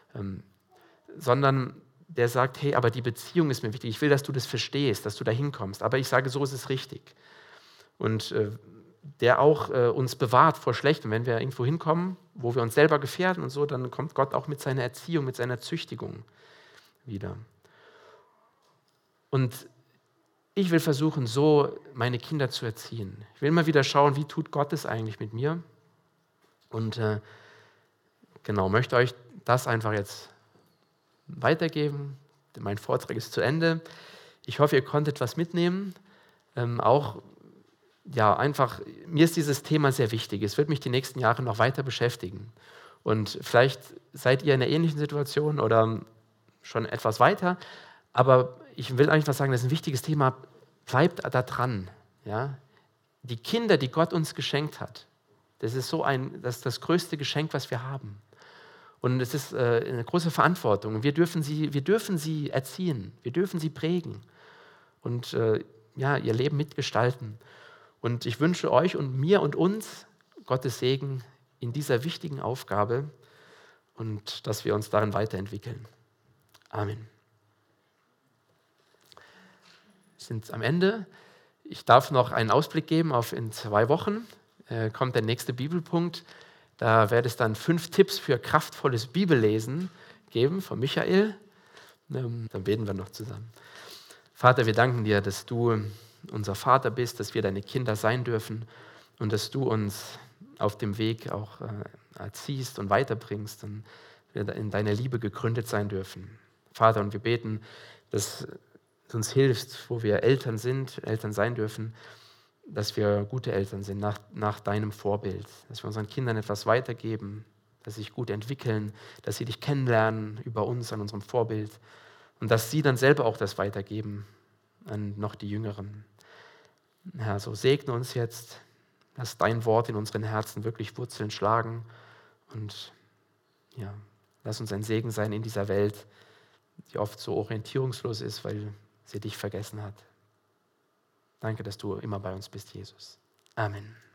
Sondern der sagt, hey, aber die Beziehung ist mir wichtig. Ich will, dass du das verstehst, dass du da hinkommst. Aber ich sage, so ist es richtig. Und der auch uns bewahrt vor Schlechtem. Wenn wir irgendwo hinkommen, wo wir uns selber gefährden und so, dann kommt Gott auch mit seiner Erziehung, mit seiner Züchtigung wieder. Und ich will versuchen, so meine Kinder zu erziehen. Ich will immer wieder schauen, wie tut Gott es eigentlich mit mir? Und möchte euch das einfach jetzt weitergeben. Mein Vortrag ist zu Ende. Ich hoffe, ihr konntet was mitnehmen. Mir ist dieses Thema sehr wichtig. Es wird mich die nächsten Jahre noch weiter beschäftigen. Und vielleicht seid ihr in einer ähnlichen Situation oder schon etwas weiter. Aber ich will eigentlich sagen, das ist ein wichtiges Thema. Bleibt da dran. Ja? Die Kinder, die Gott uns geschenkt hat, das ist das größte Geschenk, was wir haben. Und es ist eine große Verantwortung. Wir dürfen sie erziehen, wir dürfen sie prägen und ihr Leben mitgestalten. Und ich wünsche euch und mir und uns Gottes Segen in dieser wichtigen Aufgabe und dass wir uns darin weiterentwickeln. Amen. Wir sind am Ende. Ich darf noch einen Ausblick geben auf in 2 Wochen. Kommt der nächste Bibelpunkt. Da werde es dann 5 Tipps für kraftvolles Bibellesen geben von Michael. Dann beten wir noch zusammen. Vater, wir danken dir, dass du unser Vater bist, dass wir deine Kinder sein dürfen und dass du uns auf dem Weg auch erziehst und weiterbringst und wir in deiner Liebe gegründet sein dürfen. Vater, und wir beten, dass du uns hilfst, wo wir Eltern sein dürfen, dass wir gute Eltern sind, nach deinem Vorbild, dass wir unseren Kindern etwas weitergeben, dass sie sich gut entwickeln, dass sie dich kennenlernen über uns, an unserem Vorbild und dass sie dann selber auch das weitergeben an noch die Jüngeren. Herr, so segne uns jetzt, lass dein Wort in unseren Herzen wirklich Wurzeln schlagen und lass uns ein Segen sein in dieser Welt, die oft so orientierungslos ist, weil sie dich vergessen hat. Danke, dass du immer bei uns bist, Jesus. Amen.